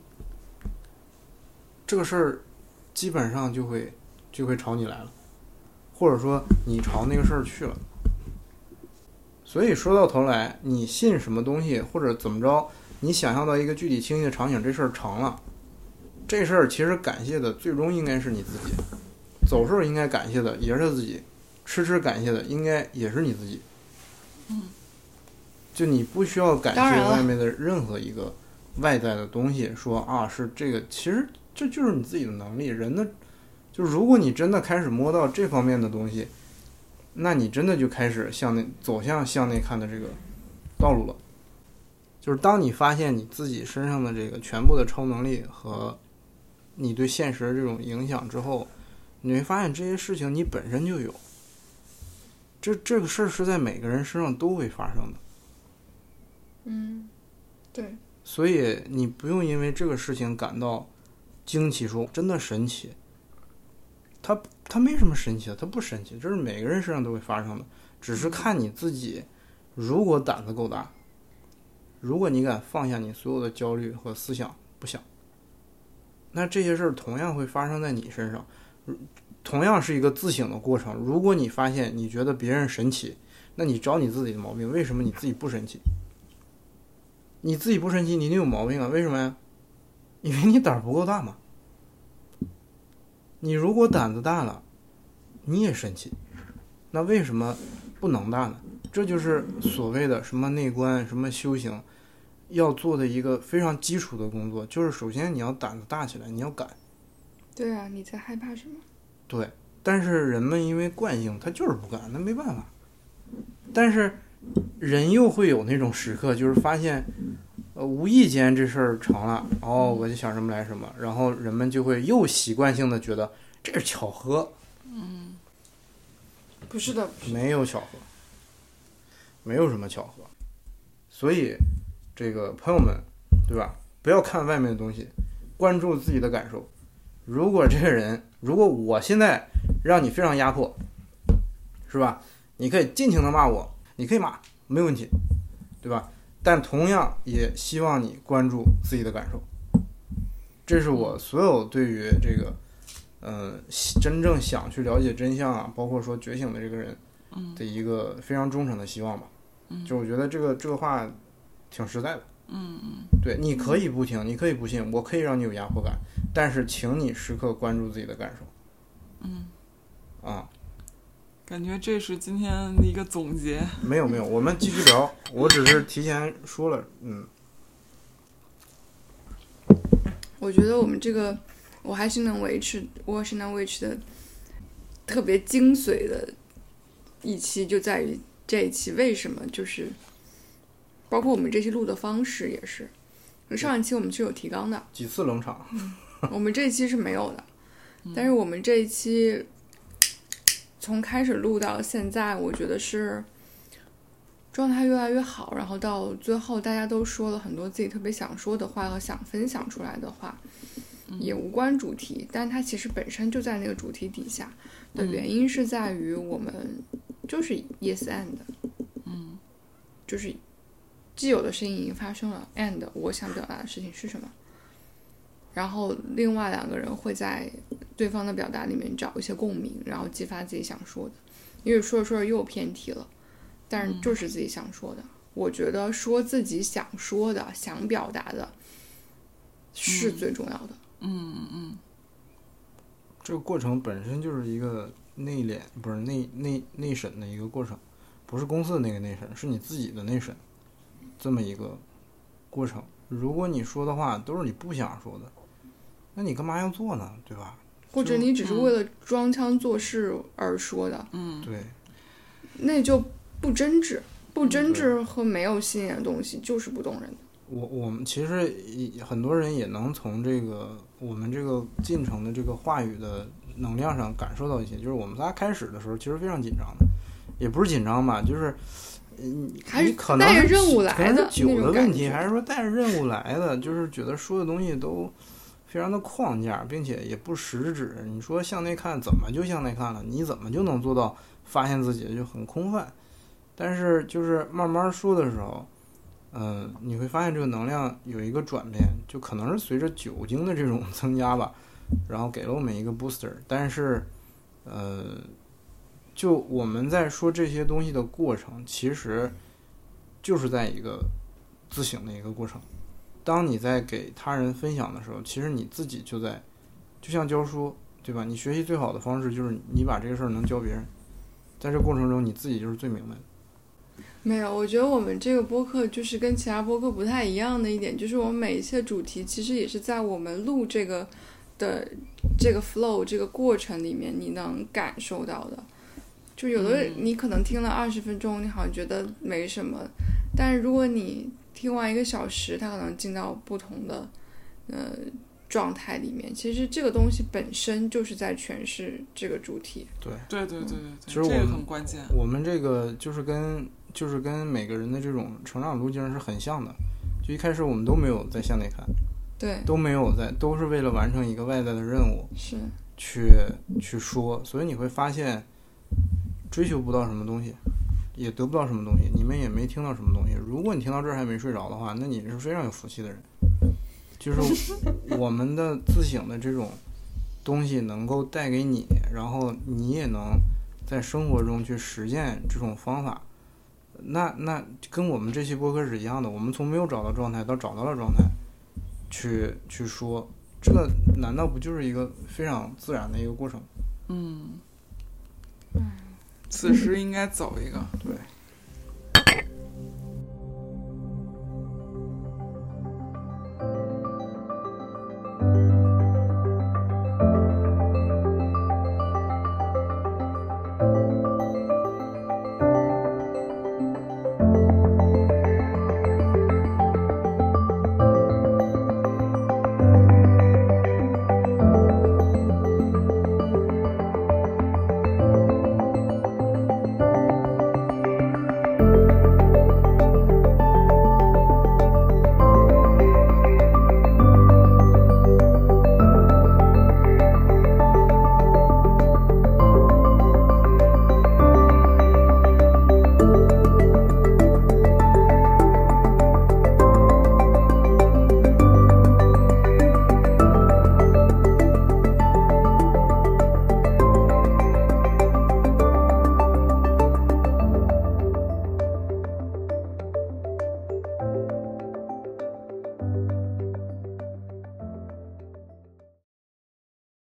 这个事儿基本上就会就会朝你来了，或者说你朝那个事儿去了。所以说到头来，你信什么东西或者怎么着，你想象到一个具体清晰的场景，这事儿成了，这事儿其实感谢的最终应该是你自己，走时候应该感谢的也是自己，吃吃感谢的应该也是你自己。 嗯， 就你不需要感谢外面的任何一个外在的东西，说啊是这个，其实这就是你自己的能力。人的就如果你真的开始摸到这方面的东西，那你真的就开始向内走向向内看的这个道路了。就是当你发现你自己身上的这个全部的超能力和你对现实的这种影响之后，你会发现这些事情你本身就有，这这个事儿是在每个人身上都会发生的。 嗯，对。 所以你不用因为这个事情感到惊奇，说真的神奇。它它没什么神奇的，它不神奇，这是每个人身上都会发生的，只是看你自己。如果胆子够大，如果你敢放下你所有的焦虑和思想不想，那这些事儿同样会发生在你身上，同样是一个自省的过程。如果你发现你觉得别人神奇，那你找你自己的毛病，为什么你自己不神奇？你自己不神奇，你一定有毛病啊！为什么呀？因为你胆儿不够大嘛。你如果胆子大了，你也神奇，那为什么不能大呢？这就是所谓的什么内观、什么修行要做的一个非常基础的工作，就是首先你要胆子大起来，你要敢。 对啊，你在害怕什么？ 对，但是人们因为惯性，他就是不敢，那没办法。但是人又会有那种时刻，就是发现呃，无意间这事儿成了，然后我就想什么来什么，然后人们就会又习惯性的觉得这是巧合。 嗯，不是的，不是的， 没有巧合，没有什么巧合。所以这个朋友们，对吧？不要看外面的东西，关注自己的感受。如果这个人，如果我现在让你非常压迫，是吧？你可以尽情的骂我，你可以骂，没有问题，对吧？但同样也希望你关注自己的感受。这是我所有对于这个呃真正想去了解真相啊，包括说觉醒的这个人的一个非常忠诚的希望吧。就我觉得这个这个话挺实在的。 嗯嗯， 对，你可以不听，你可以不信，我可以让你有压迫感，但是请你时刻关注自己的感受。 嗯， 啊， 感觉这是今天的一个总结。 没有没有，我们继续聊。我只是提前说了，嗯。 我觉得我们这个，我还是能维持，我是能维持的特别精髓的一期，就在于这一期为什么就是包括我们这期录的方式也是，上一期我们是有提纲的， 几次冷场， 我们这一期是没有的，但是我们这一期从开始录到现在，我觉得是状态越来越好，然后到最后大家都说了很多自己特别想说的话和想分享出来的话，也无关主题，但它其实本身就在那个主题底下的原因是在于我们就是 yes and， 嗯， 就是既有的事情已经发生了 and 我想表达的事情是什么，然后另外两个人会在对方的表达里面找一些共鸣，然后激发自己想说的，因为说着说着又偏题了，但是就是自己想说的、嗯、我觉得说自己想说的想表达的是最重要的。 嗯嗯嗯， 这个过程本身就是一个内敛，不是内内内审的一个过程，不是公司的那个内审，是你自己的内审，这么一个过程。如果你说的话都是你不想说的，那你干嘛要做呢？对吧？ 或者你只是为了装腔作势而说的， 嗯， 对， 那就不真挚，不真挚和没有吸引的东西就是不动人的。 我我们其实很多人也能从这个我们这个进程的这个话语的能量上感受到一些，就是我们仨开始的时候其实非常紧张的，也不是紧张吧，就是嗯， 还是可能带着任务来的， 可能是酒的问题，还是说带着任务来的，就是觉得说的东西都非常的框架，并且也不实质。你说向内看怎么就向内看了？你怎么就能做到发现自己就很空泛？但是就是慢慢说的时候，嗯、呃，你会发现这个能量有一个转变，就可能是随着酒精的这种增加吧，然后给了我们一个 booster。但是，呃，就我们在说这些东西的过程，其实就是在一个自省的一个过程。当你在给他人分享的时候，其实你自己就在，就像教书，对吧？你学习最好的方式就是你把这个事儿能教别人，在这过程中你自己就是最明白的。 没有，我觉得我们这个播客就是跟其他播客不太一样的一点，就是我们每一期的主题其实也是在我们录这个的这个 flow 这个过程里面你能感受到的。就有的你可能听了二十分钟，你好像觉得没什么，但是如果你听完一个小时，它可能进到不同的呃状态里面。其实这个东西本身就是在诠释这个主题。 对对对对对， 其实我这个很关键。 我们这个就是跟就是跟每个人的这种成长路径是很像的。就一开始我们都没有在向内看， 对， 都没有在，都是为了完成一个外在的任务， 是去去说，所以你会发现追求不到什么东西，也得不到什么东西，你们也没听到什么东西。如果你听到这儿还没睡着的话，那你是非常有福气的人。就是我们的自省的这种东西能够带给你，然后你也能在生活中去实践这种方法，那那跟我们这期播客是一样的，我们从没有找到状态到找到了状态，去去说，这个难道不就是一个非常自然的一个过程？ 嗯，此时应该走一个， 对。